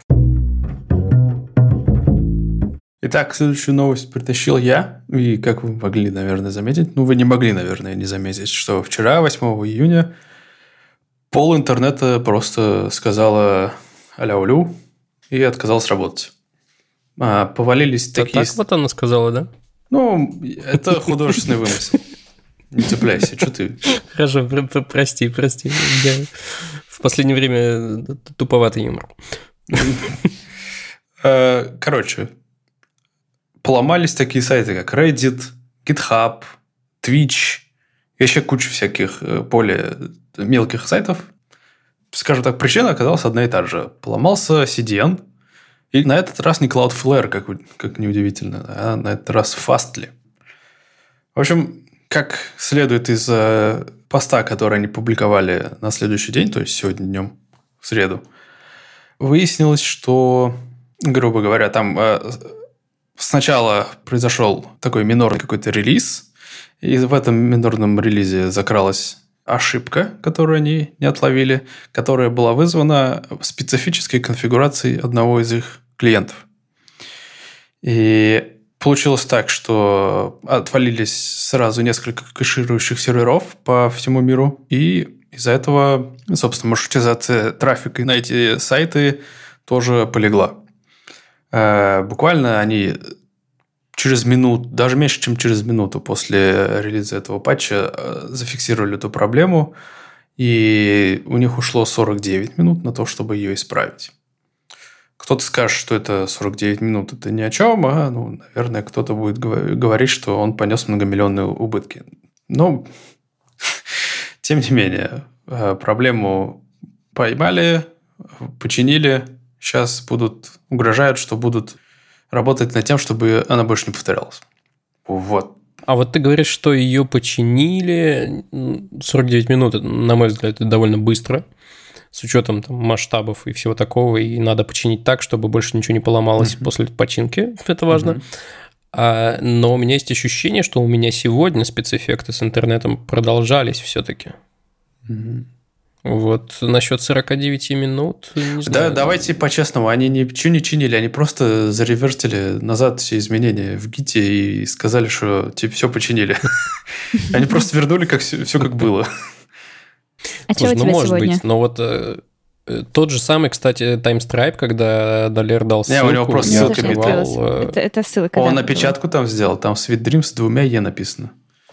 Итак, следующую новость притащил я. И как вы могли, наверное, заметить, вы не могли, наверное, не заметить, что вчера, 8 июня, пол интернета просто сказала аля-улю и отказалась работать. Повалились такие... Так вот она сказала, да? Это художественный вымысел. Не цепляйся, что ты... Хорошо, прости. Я в последнее время туповатый юмор. Короче, поломались такие сайты, как Reddit, GitHub, Twitch и еще куча всяких более мелких сайтов. Скажем так, причина оказалась одна и та же. Поломался CDN, и на этот раз не Cloudflare, как неудивительно, а на этот раз Fastly. В общем, как следует из поста, который они публиковали на следующий день, то есть сегодня днем, в среду, выяснилось, что, грубо говоря, там сначала произошел такой минорный какой-то релиз, и в этом минорном релизе закралась ошибка, которую они не отловили, которая была вызвана специфической конфигурацией одного из их клиентов. И получилось так, что отвалились сразу несколько кэширующих серверов по всему миру, и из-за этого, собственно, маршрутизация трафика на эти сайты тоже полегла. Буквально они через минуту, даже меньше, чем через минуту после релиза этого патча зафиксировали эту проблему, и у них ушло 49 минут на то, чтобы ее исправить. Кто-то скажет, что это 49 минут, это ни о чем, наверное, кто-то будет говорить, что он понес многомиллионные убытки. Но, тем не менее, проблему поймали, починили, сейчас угрожают, что будут работать над тем, чтобы она больше не повторялась. Вот. А вот ты говоришь, что ее починили 49 минут, на мой взгляд, это довольно быстро, с учетом там масштабов и всего такого, и надо починить так, чтобы больше ничего не поломалось после починки, это важно. Но у меня есть ощущение, что у меня сегодня спецэффекты с интернетом продолжались все-таки. Вот насчет 49 минут, не знаю. Да, давайте по-честному, они ничего не чинили, они просто заревертили назад все изменения в гите и сказали, что типа все починили. Они просто вернули все как было. А что у тебя может сегодня? Быть, но вот тот же самый, кстати, TimeStripe, когда Далер дал ссылку. У него просто ссылка метал. Это ссылка. Он опечатку там сделал, там Sweet Dreams с 2 «е» написано.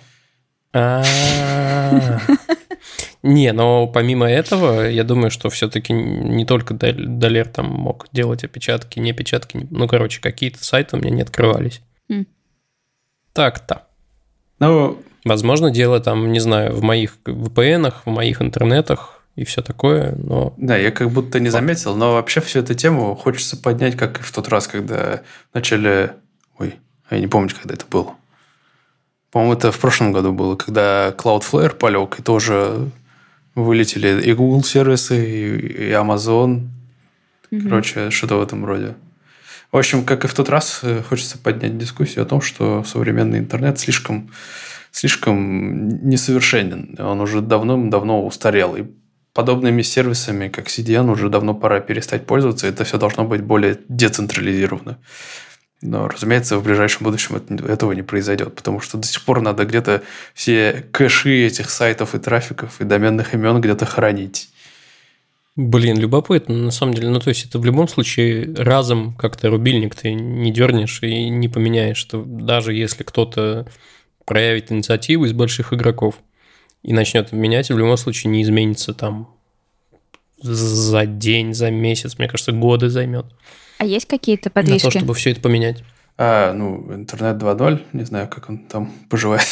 Не, но помимо этого, я думаю, что все-таки не только Далер там мог делать опечатки, не опечатки. Ну, короче, какие-то сайты у меня не открывались. Так-то. Возможно, дело там, не знаю, в моих VPN-ах, в моих интернетах и все такое, но... Да, я как будто не заметил, но вообще всю эту тему хочется поднять, как и в тот раз, когда начали... я не помню, когда это было. По-моему, это в прошлом году было, когда Cloudflare полег, и тоже вылетели и Google сервисы, и Amazon. Короче, что-то в этом роде. В общем, как и в тот раз, хочется поднять дискуссию о том, что современный интернет слишком несовершенен. Он уже давно устарел. И подобными сервисами, как CDN, уже давно пора перестать пользоваться. Это все должно быть более децентрализировано. Но, разумеется, в ближайшем будущем этого не произойдет, потому что до сих пор надо где-то все кэши этих сайтов и трафиков и доменных имен где-то хранить. Блин, любопытно, на самом деле. Ну, то есть, это в любом случае разом как-то рубильник ты не дернешь и не поменяешь. Что даже если кто-то проявит инициативу из больших игроков и начнет менять, в любом случае не изменится там за день, за месяц. Мне кажется, годы займет. А есть какие-то подвижки? На то, чтобы все это поменять. Интернет 2.0, не знаю, как он там поживает.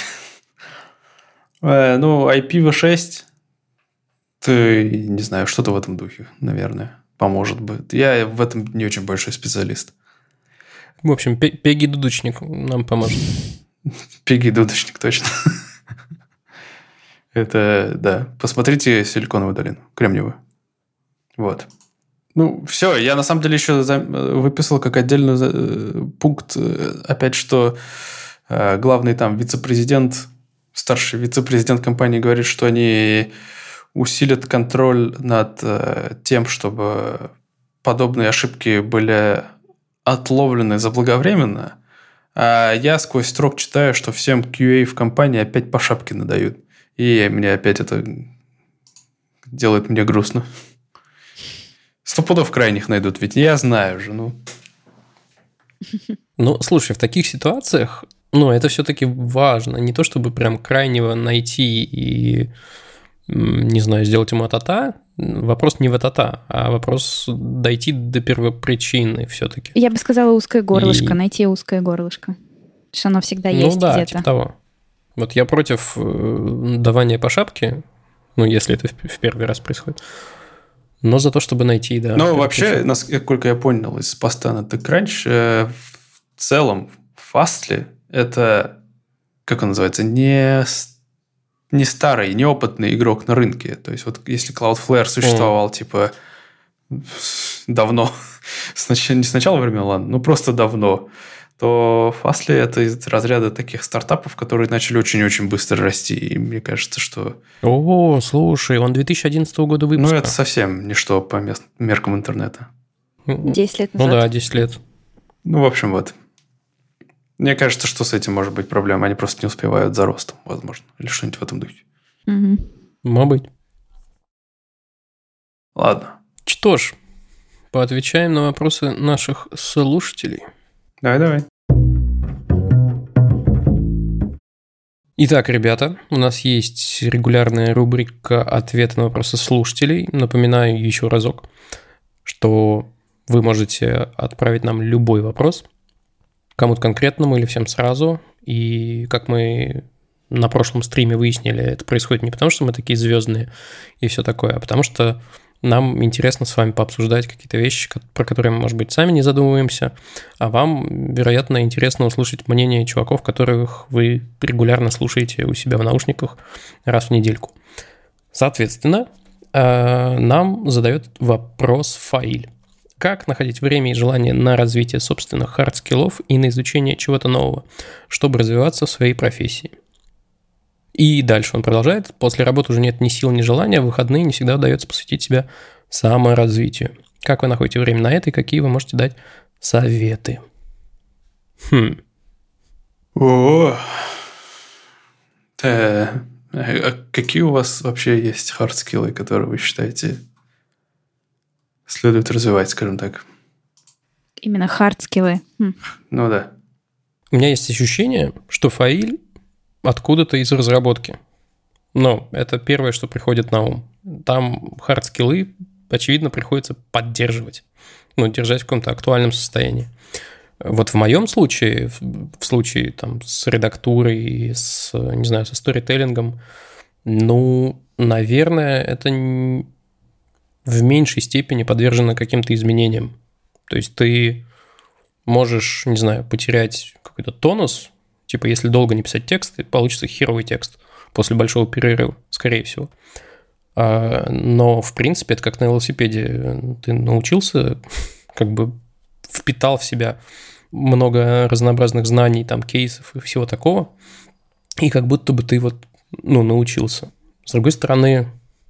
IPv6, не знаю, что-то в этом духе, наверное, поможет бы. Я в этом не очень большой специалист. В общем, Пеги Дудочник нам поможет. Пеги Дудочник, точно. Это, да. Посмотрите «Силиконовую долину», Кремниевую. Вот. Все, я на самом деле еще выписал как отдельный пункт, опять, что главный там вице-президент, старший вице-президент компании говорит, что они усилят контроль над тем, чтобы подобные ошибки были отловлены заблаговременно. А я сквозь строк читаю, что всем QA в компании опять по шапке надают. И мне опять это делает мне грустно. 100 пудов крайних найдут, ведь я знаю же, слушай, в таких ситуациях, это все-таки важно. Не то, чтобы прям крайнего найти и, не знаю, сделать ему а-та-та, вопрос не в это, а вопрос дойти до первопричины все-таки. Я бы сказала узкое горлышко, найти узкое горлышко. Что оно всегда есть где-то. Ну да, типа того. Вот я против давания по шапке, если это в первый раз происходит, но за то, чтобы найти, да. Ну, вообще, насколько я понял из поста на TechCrunch, в целом Fastly это, как он называется, не старый, неопытный игрок на рынке. То есть, вот если Cloudflare существовал, типа, давно, не с начала времен, ладно, просто давно, то Fastly это из разряда таких стартапов, которые начали очень-очень быстро расти. И мне кажется, что... О, слушай, он 2011 года выпуска. Это совсем ничто по меркам интернета. 10 лет назад. Ну да, 10 лет. В общем, вот. Мне кажется, что с этим может быть проблема. Они просто не успевают за ростом, возможно. Или что-нибудь в этом духе. Может быть. Ладно. Что ж, поотвечаем на вопросы наших слушателей. Давай. Итак, ребята, у нас есть регулярная рубрика «Ответы на вопросы слушателей». Напоминаю еще разок, что вы можете отправить нам любой вопрос, кому-то конкретному или всем сразу. И как мы на прошлом стриме выяснили, это происходит не потому, что мы такие звездные и все такое, а потому что нам интересно с вами пообсуждать какие-то вещи, про которые мы, может быть, сами не задумываемся, а вам, вероятно, интересно услышать мнение чуваков, которых вы регулярно слушаете у себя в наушниках раз в недельку. Соответственно, нам задает вопрос Фаиль. Как находить время и желание на развитие собственных хард-скиллов и на изучение чего-то нового, чтобы развиваться в своей профессии? И дальше он продолжает. После работы уже нет ни сил, ни желания, в выходные не всегда удается посвятить себя саморазвитию. Как вы находите время на это и какие вы можете дать советы? Какие у вас вообще есть хард-скиллы, которые вы считаете следует развивать, скажем так? Именно хард-скиллы. Ну да. У меня есть ощущение, что Фаиль откуда-то из разработки. Но это первое, что приходит на ум. Там хард-скиллы, очевидно, приходится поддерживать. Держать в каком-то актуальном состоянии. Вот в моем случае, в случае там, с редактурой, не знаю, со сторителлингом, наверное, это в меньшей степени подвержено каким-то изменениям. То есть ты можешь, не знаю, потерять какой-то тонус. Типа, если долго не писать текст, получится херовый текст после большого перерыва, скорее всего. Но, в принципе, это как на велосипеде. Ты научился, как бы впитал в себя много разнообразных знаний, там, кейсов и всего такого, и как будто бы ты научился. С другой стороны,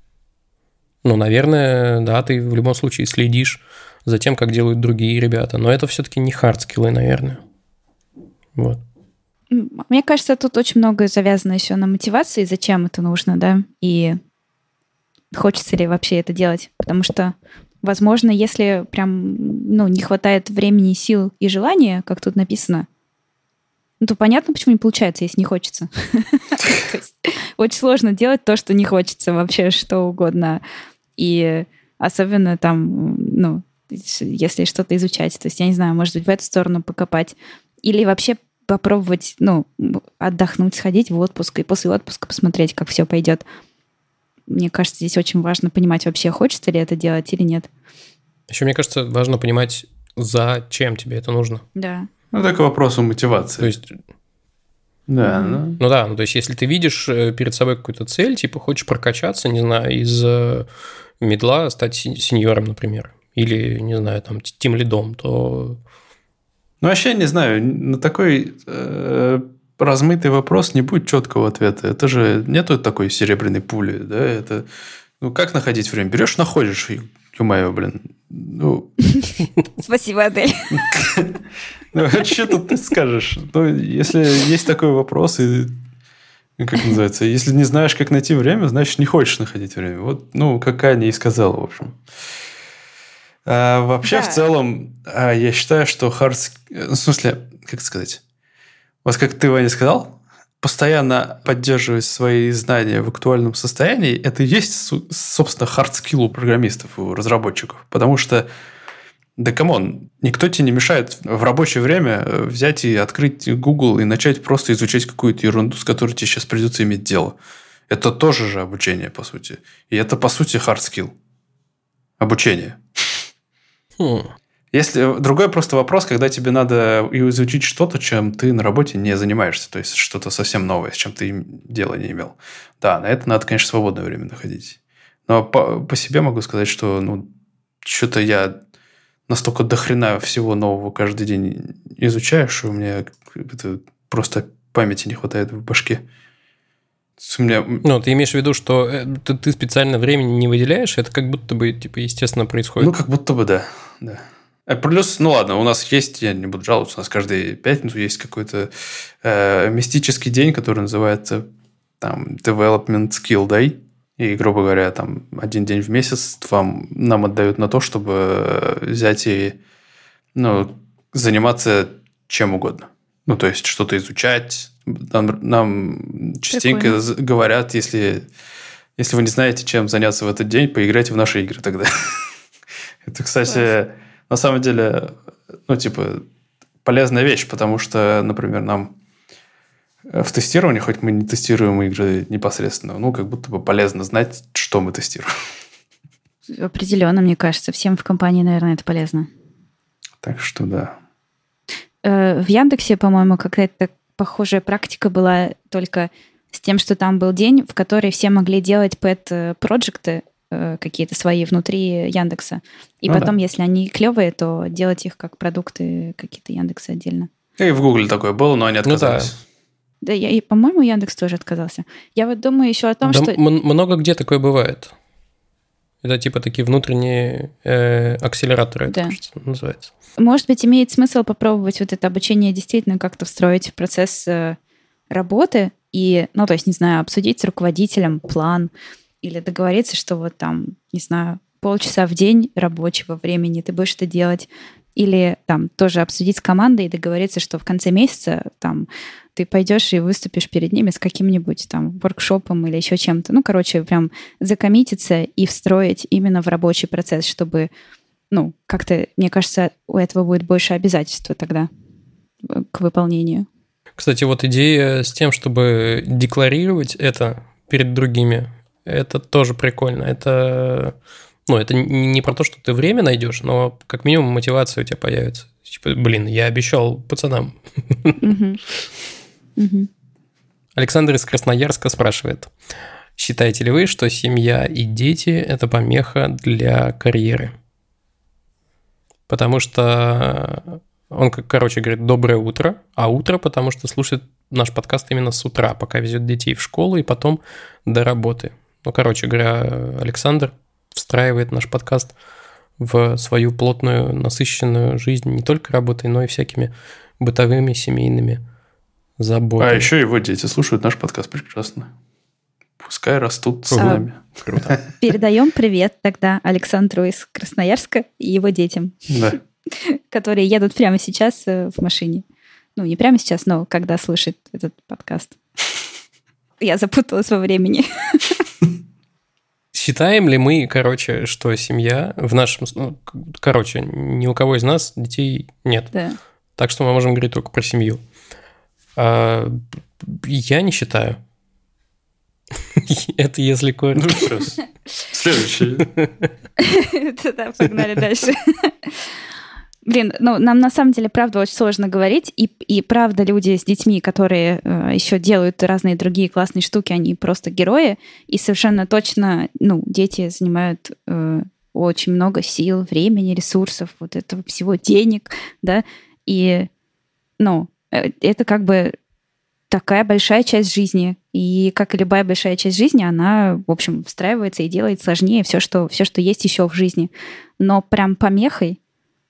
наверное, да, ты в любом случае следишь за тем, как делают другие ребята, но это все-таки не хард-скиллы, наверное. Вот. Мне кажется, тут очень многое завязано еще на мотивации, зачем это нужно, да, и хочется ли вообще это делать. Потому что, возможно, если прям, не хватает времени, сил и желания, как тут написано, то понятно, почему не получается, если не хочется. Очень сложно делать то, что не хочется, вообще что угодно. И особенно там, если что-то изучать. То есть, я не знаю, может быть, в эту сторону покопать. Или вообще попробовать, отдохнуть, сходить в отпуск и после отпуска посмотреть, как все пойдет. Мне кажется, здесь очень важно понимать вообще, хочется ли это делать или нет. Еще, мне кажется, важно понимать, зачем тебе это нужно. Да. Это к вопросу мотивации. То есть... Да, то есть, если ты видишь перед собой какую-то цель, типа, хочешь прокачаться, не знаю, из мидла стать сеньором, например, или, не знаю, там, тимлидом, то... вообще, не знаю, на такой размытый вопрос не будет четкого ответа. Это же нету такой серебряной пули, да? Это, как находить время? Берешь, находишь, ё-моё, блин. Спасибо, Адель. Что тут ты скажешь? Если есть такой вопрос, и как называется, если не знаешь, как найти время, значит, не хочешь находить время. Вот, как Аня и сказала, в общем. Вообще, в целом, я считаю, что в смысле, как сказать? Вот как ты, Ваня, сказал, постоянно поддерживать свои знания в актуальном состоянии, это и есть, собственно, хард-скилл у программистов, у разработчиков. Потому что, да камон, никто тебе не мешает в рабочее время взять и открыть Google и начать просто изучать какую-то ерунду, с которой тебе сейчас придется иметь дело. Это тоже же обучение, по сути. И это, по сути, хард-скилл. Обучение. Если другой просто вопрос, когда тебе надо изучить что-то, чем ты на работе не занимаешься, то есть что-то совсем новое, с чем ты дела не имел. Да, на это надо, конечно, свободное время находить. Но по себе могу сказать, что что-то я настолько дохрена всего нового каждый день изучаю, что у меня это просто памяти не хватает в башке. Ты имеешь в виду, что ты специально времени не выделяешь, это как будто бы естественно происходит? Как будто бы да. Плюс, ладно, у нас есть, я не буду жаловаться, у нас каждую пятницу есть какой-то мистический день, который называется там Development Skill Day. И, грубо говоря, там один день в месяц нам отдают на то, чтобы взять и заниматься чем угодно. То есть что-то изучать. Нам частенько говорят, если вы не знаете, чем заняться в этот день, поиграйте в наши игры тогда. Это, кстати, на самом деле, полезная вещь, потому что, например, нам в тестировании, хоть мы не тестируем игры непосредственно, как будто бы полезно знать, что мы тестируем. Определенно, мне кажется, всем в компании, наверное, это полезно. Так что да. В Яндексе, по-моему, какая-то похожая практика была только с тем, что там был день, в который все могли делать pet-проджекты какие-то свои внутри Яндекса. И потом, если они клевые, то делать их как продукты какие-то Яндекса отдельно. И в Гугле такое было, но они отказались. Да, и, по-моему, Яндекс тоже отказался. Я думаю еще о том, что... Много где такое бывает. Это такие внутренние акселераторы, это, кажется, называется. Может быть, имеет смысл попробовать это обучение действительно как-то встроить в процесс работы и, то есть, не знаю, обсудить с руководителем план или договориться, что не знаю, полчаса в день рабочего времени ты будешь это делать. Или тоже обсудить с командой и договориться, что в конце месяца ты пойдешь и выступишь перед ними с каким-нибудь воркшопом или еще чем-то. Прям закоммититься и встроить именно в рабочий процесс, чтобы, как-то, мне кажется, у этого будет больше обязательства тогда к выполнению. Кстати, идея с тем, чтобы декларировать это перед другими, это тоже прикольно. Это не про то, что ты время найдешь, но как минимум мотивация у тебя появится. Я обещал пацанам. Александр из Красноярска спрашивает: считаете ли вы, что семья и дети – это помеха для карьеры? Потому что он, говорит, доброе утро, а утро, потому что слушает наш подкаст именно с утра, пока везет детей в школу и потом до работы. Александр встраивает наш подкаст в свою плотную, насыщенную жизнь не только работой, но и всякими бытовыми, семейными заботами. А еще его дети слушают наш подкаст прекрасно. Пускай растут с нами. Круто. Передаем привет тогда Александру из Красноярска и его детям, которые едут прямо сейчас в машине. Не прямо сейчас, но когда слышит этот подкаст. Я запуталась во времени. Считаем ли мы, что семья в нашем... ни у кого из нас детей нет. Да. Так что мы можем говорить только про семью. Я не считаю. Это если коротко. Следующий. Да, погнали дальше. Нам на самом деле, правда, очень сложно говорить, и правда люди с детьми, которые еще делают разные другие классные штуки, они просто герои, и совершенно точно, дети занимают очень много сил, времени, ресурсов, этого всего, денег, да, и, это такая большая часть жизни, и как и любая большая часть жизни, она, в общем, встраивается и делает сложнее все, что есть еще в жизни, но прям помехой.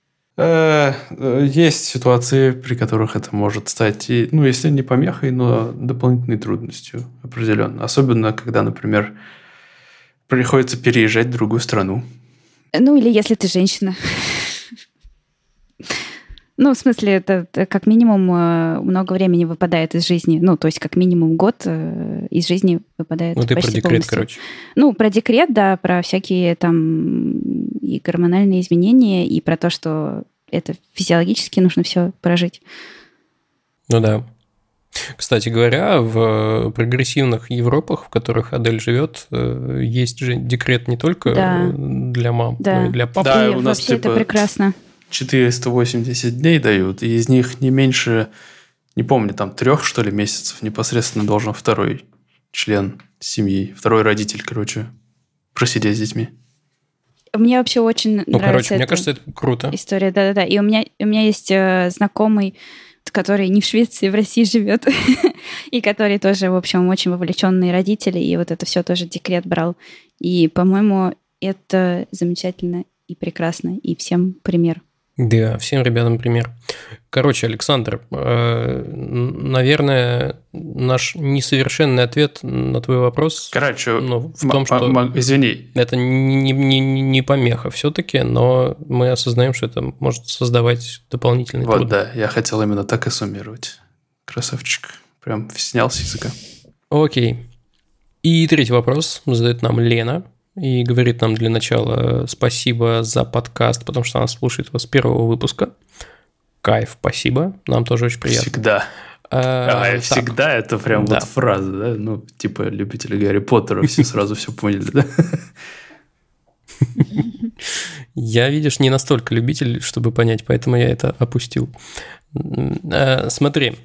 Есть ситуации, при которых это может стать, если не помехой, но дополнительной трудностью определенно. Особенно, когда, например, приходится переезжать в другую страну. Или если ты женщина. Ну, в смысле, это как минимум много времени выпадает из жизни. Ну, то есть как минимум год из жизни выпадает почти полностью. Ну, ты про декрет, короче. Ну, про декрет, да, про всякие там и гормональные изменения, и про то, что это физиологически нужно все прожить. Ну да. Кстати говоря, в прогрессивных Европах, в которых Адель живет, есть же декрет не только для мам, но и для пап. Да, и у нас вообще это прекрасно. 480 дней дают, и из них не меньше, не помню, там 3, что ли, месяцев непосредственно должен второй член семьи, второй родитель, короче, просидеть с детьми. Мне вообще очень нравится мне кажется, это круто. История, да-да-да. И у меня есть знакомый, который не в Швеции, в России живет, и который тоже, в общем, очень вовлеченные родители, и вот это все тоже декрет брал. И, по-моему, это замечательно и прекрасно, и всем пример. Да, всем ребятам пример. Короче, Александр, наверное, наш несовершенный ответ на твой вопрос в том, что извини. Это не помеха все-таки, но мы осознаем, что это может создавать дополнительный труд. Вот, да, я хотел именно так и суммировать. Красавчик. Прям снял с языка. Окей. И третий вопрос задает нам Лена. И говорит нам для начала спасибо за подкаст, потому что она слушает его с первого выпуска. Кайф, спасибо. Нам тоже очень приятно. Всегда. Всегда это прям вот фраза, да? Ну, типа любители Гарри Поттера все сразу все поняли, да? Я, видишь, не настолько любитель, чтобы понять, поэтому я это опустил. Смотри,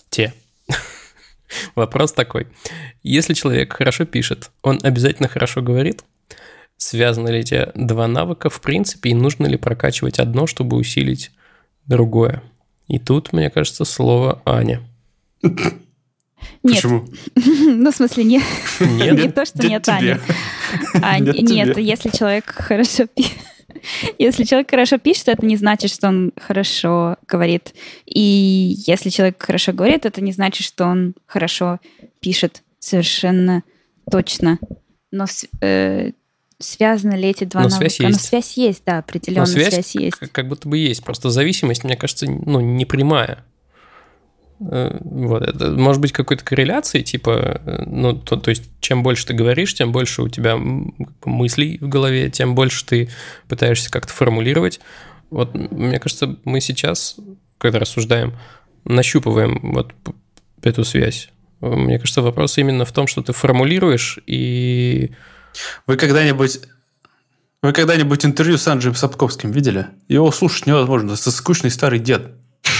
вопрос такой. Если человек хорошо пишет, он обязательно хорошо говорит? Связаны ли эти два навыка в принципе, и нужно ли прокачивать одно, чтобы усилить другое? И тут, мне кажется, слово Аня. Нет. Почему? Ну, в смысле, нет. Нет? Не то, что нет Ани. Нет, если человек хорошо пишет. Если человек хорошо пишет, это не значит, что он хорошо говорит. И если человек хорошо говорит, это не значит, что он хорошо пишет. Совершенно точно. Но связаны ли эти два навыка? Связь есть. Связь есть, да, определенная связь есть. Как будто бы есть. Просто зависимость, мне кажется, не прямая. Вот, это может быть какой-то корреляцией, типа, то есть, чем больше ты говоришь, тем больше у тебя мыслей в голове, тем больше ты пытаешься как-то формулировать. Вот, мне кажется, мы сейчас, когда рассуждаем, нащупываем вот эту связь. Мне кажется, вопрос именно в том, что ты формулируешь и... Вы когда-нибудь интервью с Анджеем Сапковским видели? Его слушать невозможно, это скучный старый дед.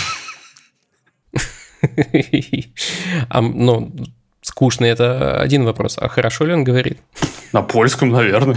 Скучный – это один вопрос. А хорошо ли он говорит? На польском, наверное.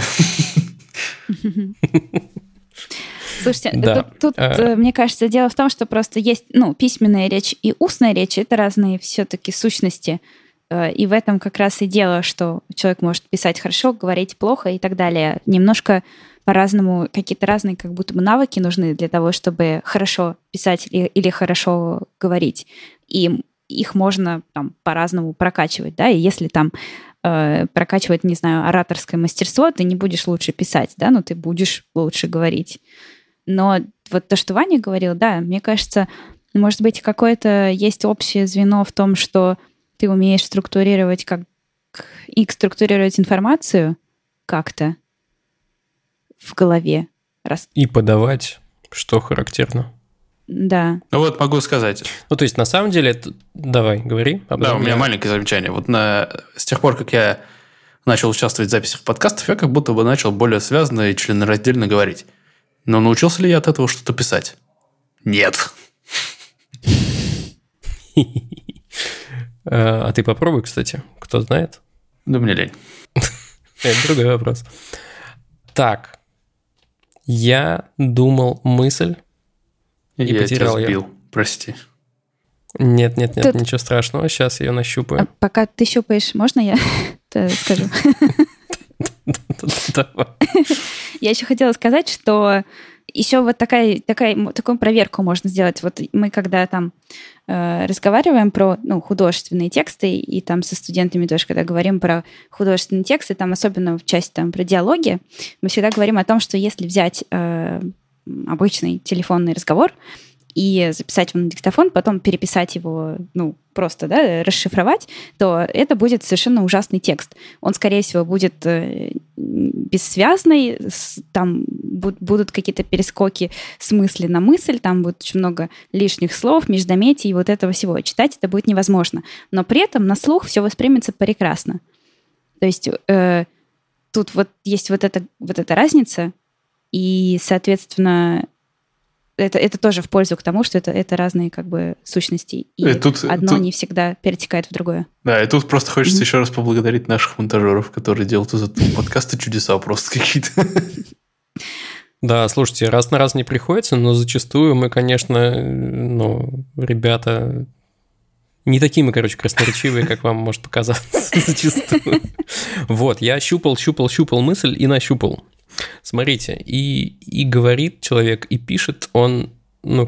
Слушайте, тут, мне кажется, дело в том, что просто есть письменная речь и устная речь – это разные все-таки сущности. И в этом как раз и дело, что человек может писать хорошо, говорить плохо и так далее. Немножко по-разному, какие-то разные как будто бы навыки нужны для того, чтобы хорошо писать или хорошо говорить. И их можно там по-разному прокачивать, да, и если там прокачивать, не знаю, ораторское мастерство, ты не будешь лучше писать, да, но ты будешь лучше говорить. Но вот то, что Ваня говорил, да, мне кажется, может быть, какое-то есть общее звено в том, что ты умеешь структурировать структурировать информацию как-то в голове. И подавать, что характерно. Да. Ну вот могу сказать. Ну, то есть, на самом деле, давай, говори. Да, у меня маленькое замечание. Вот с тех пор, как я начал участвовать в записях подкастов, я как будто бы начал более связанно и членораздельно говорить. Но научился ли я от этого что-то писать? Нет. А ты попробуй, кстати, кто знает. Да мне лень. Это другой вопрос. Так, я думал мысль и потерял ее. Я тебя сбил, прости. Нет, ничего страшного, сейчас я ее нащупаю. Пока ты щупаешь, можно я скажу? Я еще хотела сказать, что еще вот такую проверку можно сделать. Вот мы когда там разговариваем про художественные тексты, и там со студентами тоже, когда говорим про художественные тексты, там особенно в части там, про диалоги, мы всегда говорим о том, что если взять обычный телефонный разговор и записать его на диктофон, потом переписать его, просто, да, расшифровать, то это будет совершенно ужасный текст. Он, скорее всего, будет бессвязный, там будут какие-то перескоки с мысли на мысль, там будет очень много лишних слов, междометий и вот этого всего. Читать это будет невозможно. Но при этом на слух все воспримется прекрасно. То есть тут вот есть вот эта разница, и, соответственно, это тоже в пользу к тому, что это разные как бы сущности, и одно не всегда перетекает в другое. Да, и тут просто хочется еще раз поблагодарить наших монтажеров, которые делают из этого подкаста чудеса просто какие-то. Да, слушайте, раз на раз не приходится, но зачастую мы, конечно, ребята, не такие мы, красноречивые, как вам может показаться зачастую. Вот, я щупал мысль и нащупал. Смотрите, и говорит человек, и пишет он, в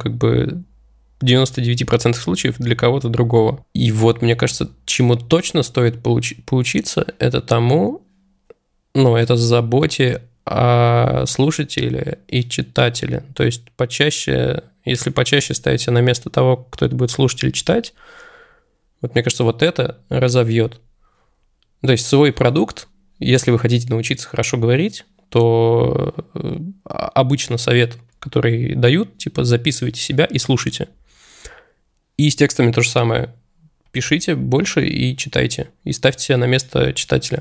99% случаев для кого-то другого. И вот, мне кажется, чему точно стоит поучиться, это тому, это заботе о слушателе и читателе. То есть если почаще ставить себя на место того, кто это будет слушать или читать, вот мне кажется, вот это разовьет. То есть свой продукт, если вы хотите научиться хорошо говорить, то обычно совет, который дают, записывайте себя и слушайте. И с текстами то же самое. Пишите больше и читайте. И ставьте себя на место читателя.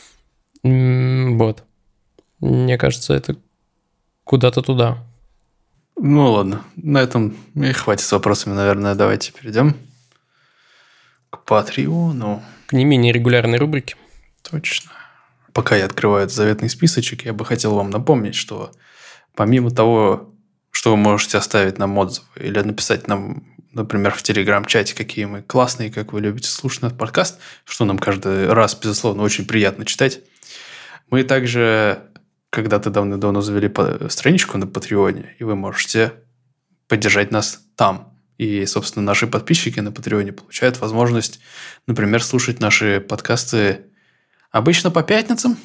Вот. Мне кажется, это куда-то туда. Ну ладно, на этом и хватит с вопросами, наверное. Давайте перейдем к Патреону. К не менее регулярной рубрике. Точно. Пока я открываю этот заветный списочек, я бы хотел вам напомнить, что помимо того, что вы можете оставить нам отзывы или написать нам, например, в Телеграм-чате, какие мы классные, как вы любите слушать наш подкаст, что нам каждый раз, безусловно, очень приятно читать, мы также когда-то давно завели страничку на Патреоне, и вы можете поддержать нас там. И, собственно, наши подписчики на Патреоне получают возможность, например, слушать наши подкасты обычно по пятницам.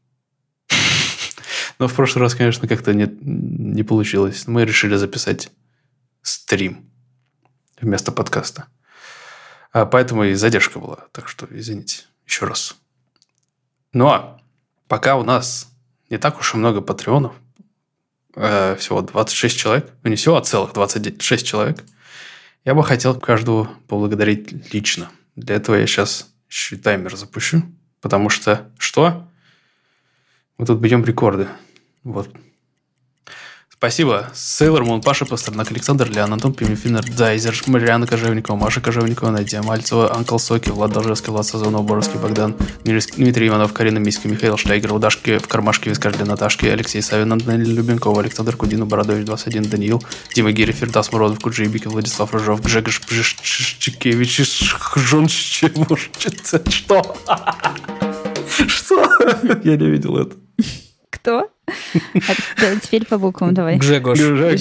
Но в прошлый раз, конечно, как-то не получилось. Мы решили записать стрим вместо подкаста. Поэтому и задержка была. Так что, извините, еще раз. Ну, а пока у нас не так уж и много патреонов, всего 26 человек, не всего, а целых 26 человек, я бы хотел каждого поблагодарить лично. Для этого я сейчас еще таймер запущу. Потому что что? Мы тут бьем рекорды. Вот. Спасибо. Сейлор Мун, Паша Пастернак, Александр Лян, Антон Пимефинер, Дайзер, Мариана Кожевникова, Маша Кожевникова, Надя Мальцева, Анкл Соки, Влад Должевский, Влад Сазонов, Боровский, Богдан, Дмитрий Иванов, Карина Миська, Михаил Штайгер, Удашки в кармашке вискарь для Наташки, Алексей Савин, Антонель Любенкова, Александр Кудинов, Бородович, 21, Даниил, Дима Гири, Фердас Муродов, Куджибики, Владислав Рыжов, Гжегош Пжишчикевич, Жонщевушчица. Что? Что? Я не видел это. Кто? Теперь по буквам давай. Гжегош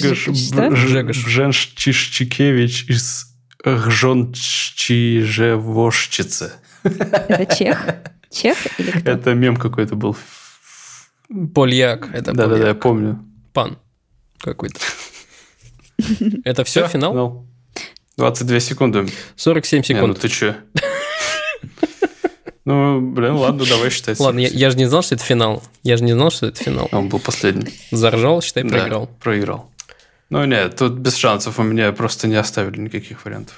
Бженщичкевич из Гжончижевошчицы. Это чех? Чех или кто? Это мем какой-то был. Поляк. Да, я помню. Пан какой-то. Это все, финал? 22 секунды. 47 секунд. Ну ты че? Ну, ладно, давай считать. Ладно, я же не знал, что это финал. Он был последний. Заржал, считай, проиграл. Да, проиграл. Ну, нет, тут без шансов. У меня просто не оставили никаких вариантов.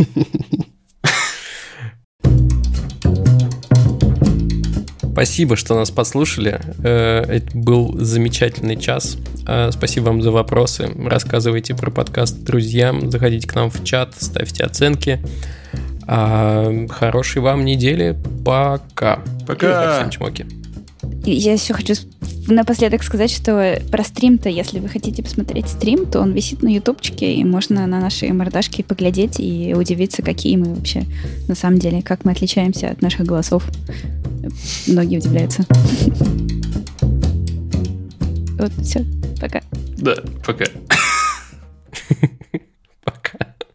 Спасибо, что нас послушали. Это был замечательный час. Спасибо вам за вопросы. Рассказывайте про подкаст друзьям. Заходите к нам в чат, ставьте оценки. Хорошей вам недели. Пока. Пока. Всем чмоки. Я еще хочу напоследок сказать, что про стрим-то, если вы хотите посмотреть стрим, то он висит на ютубчике, и можно на наши мордашки поглядеть и удивиться, какие мы вообще на самом деле, как мы отличаемся от наших голосов. Многие удивляются. Вот, все. Пока. Да, пока.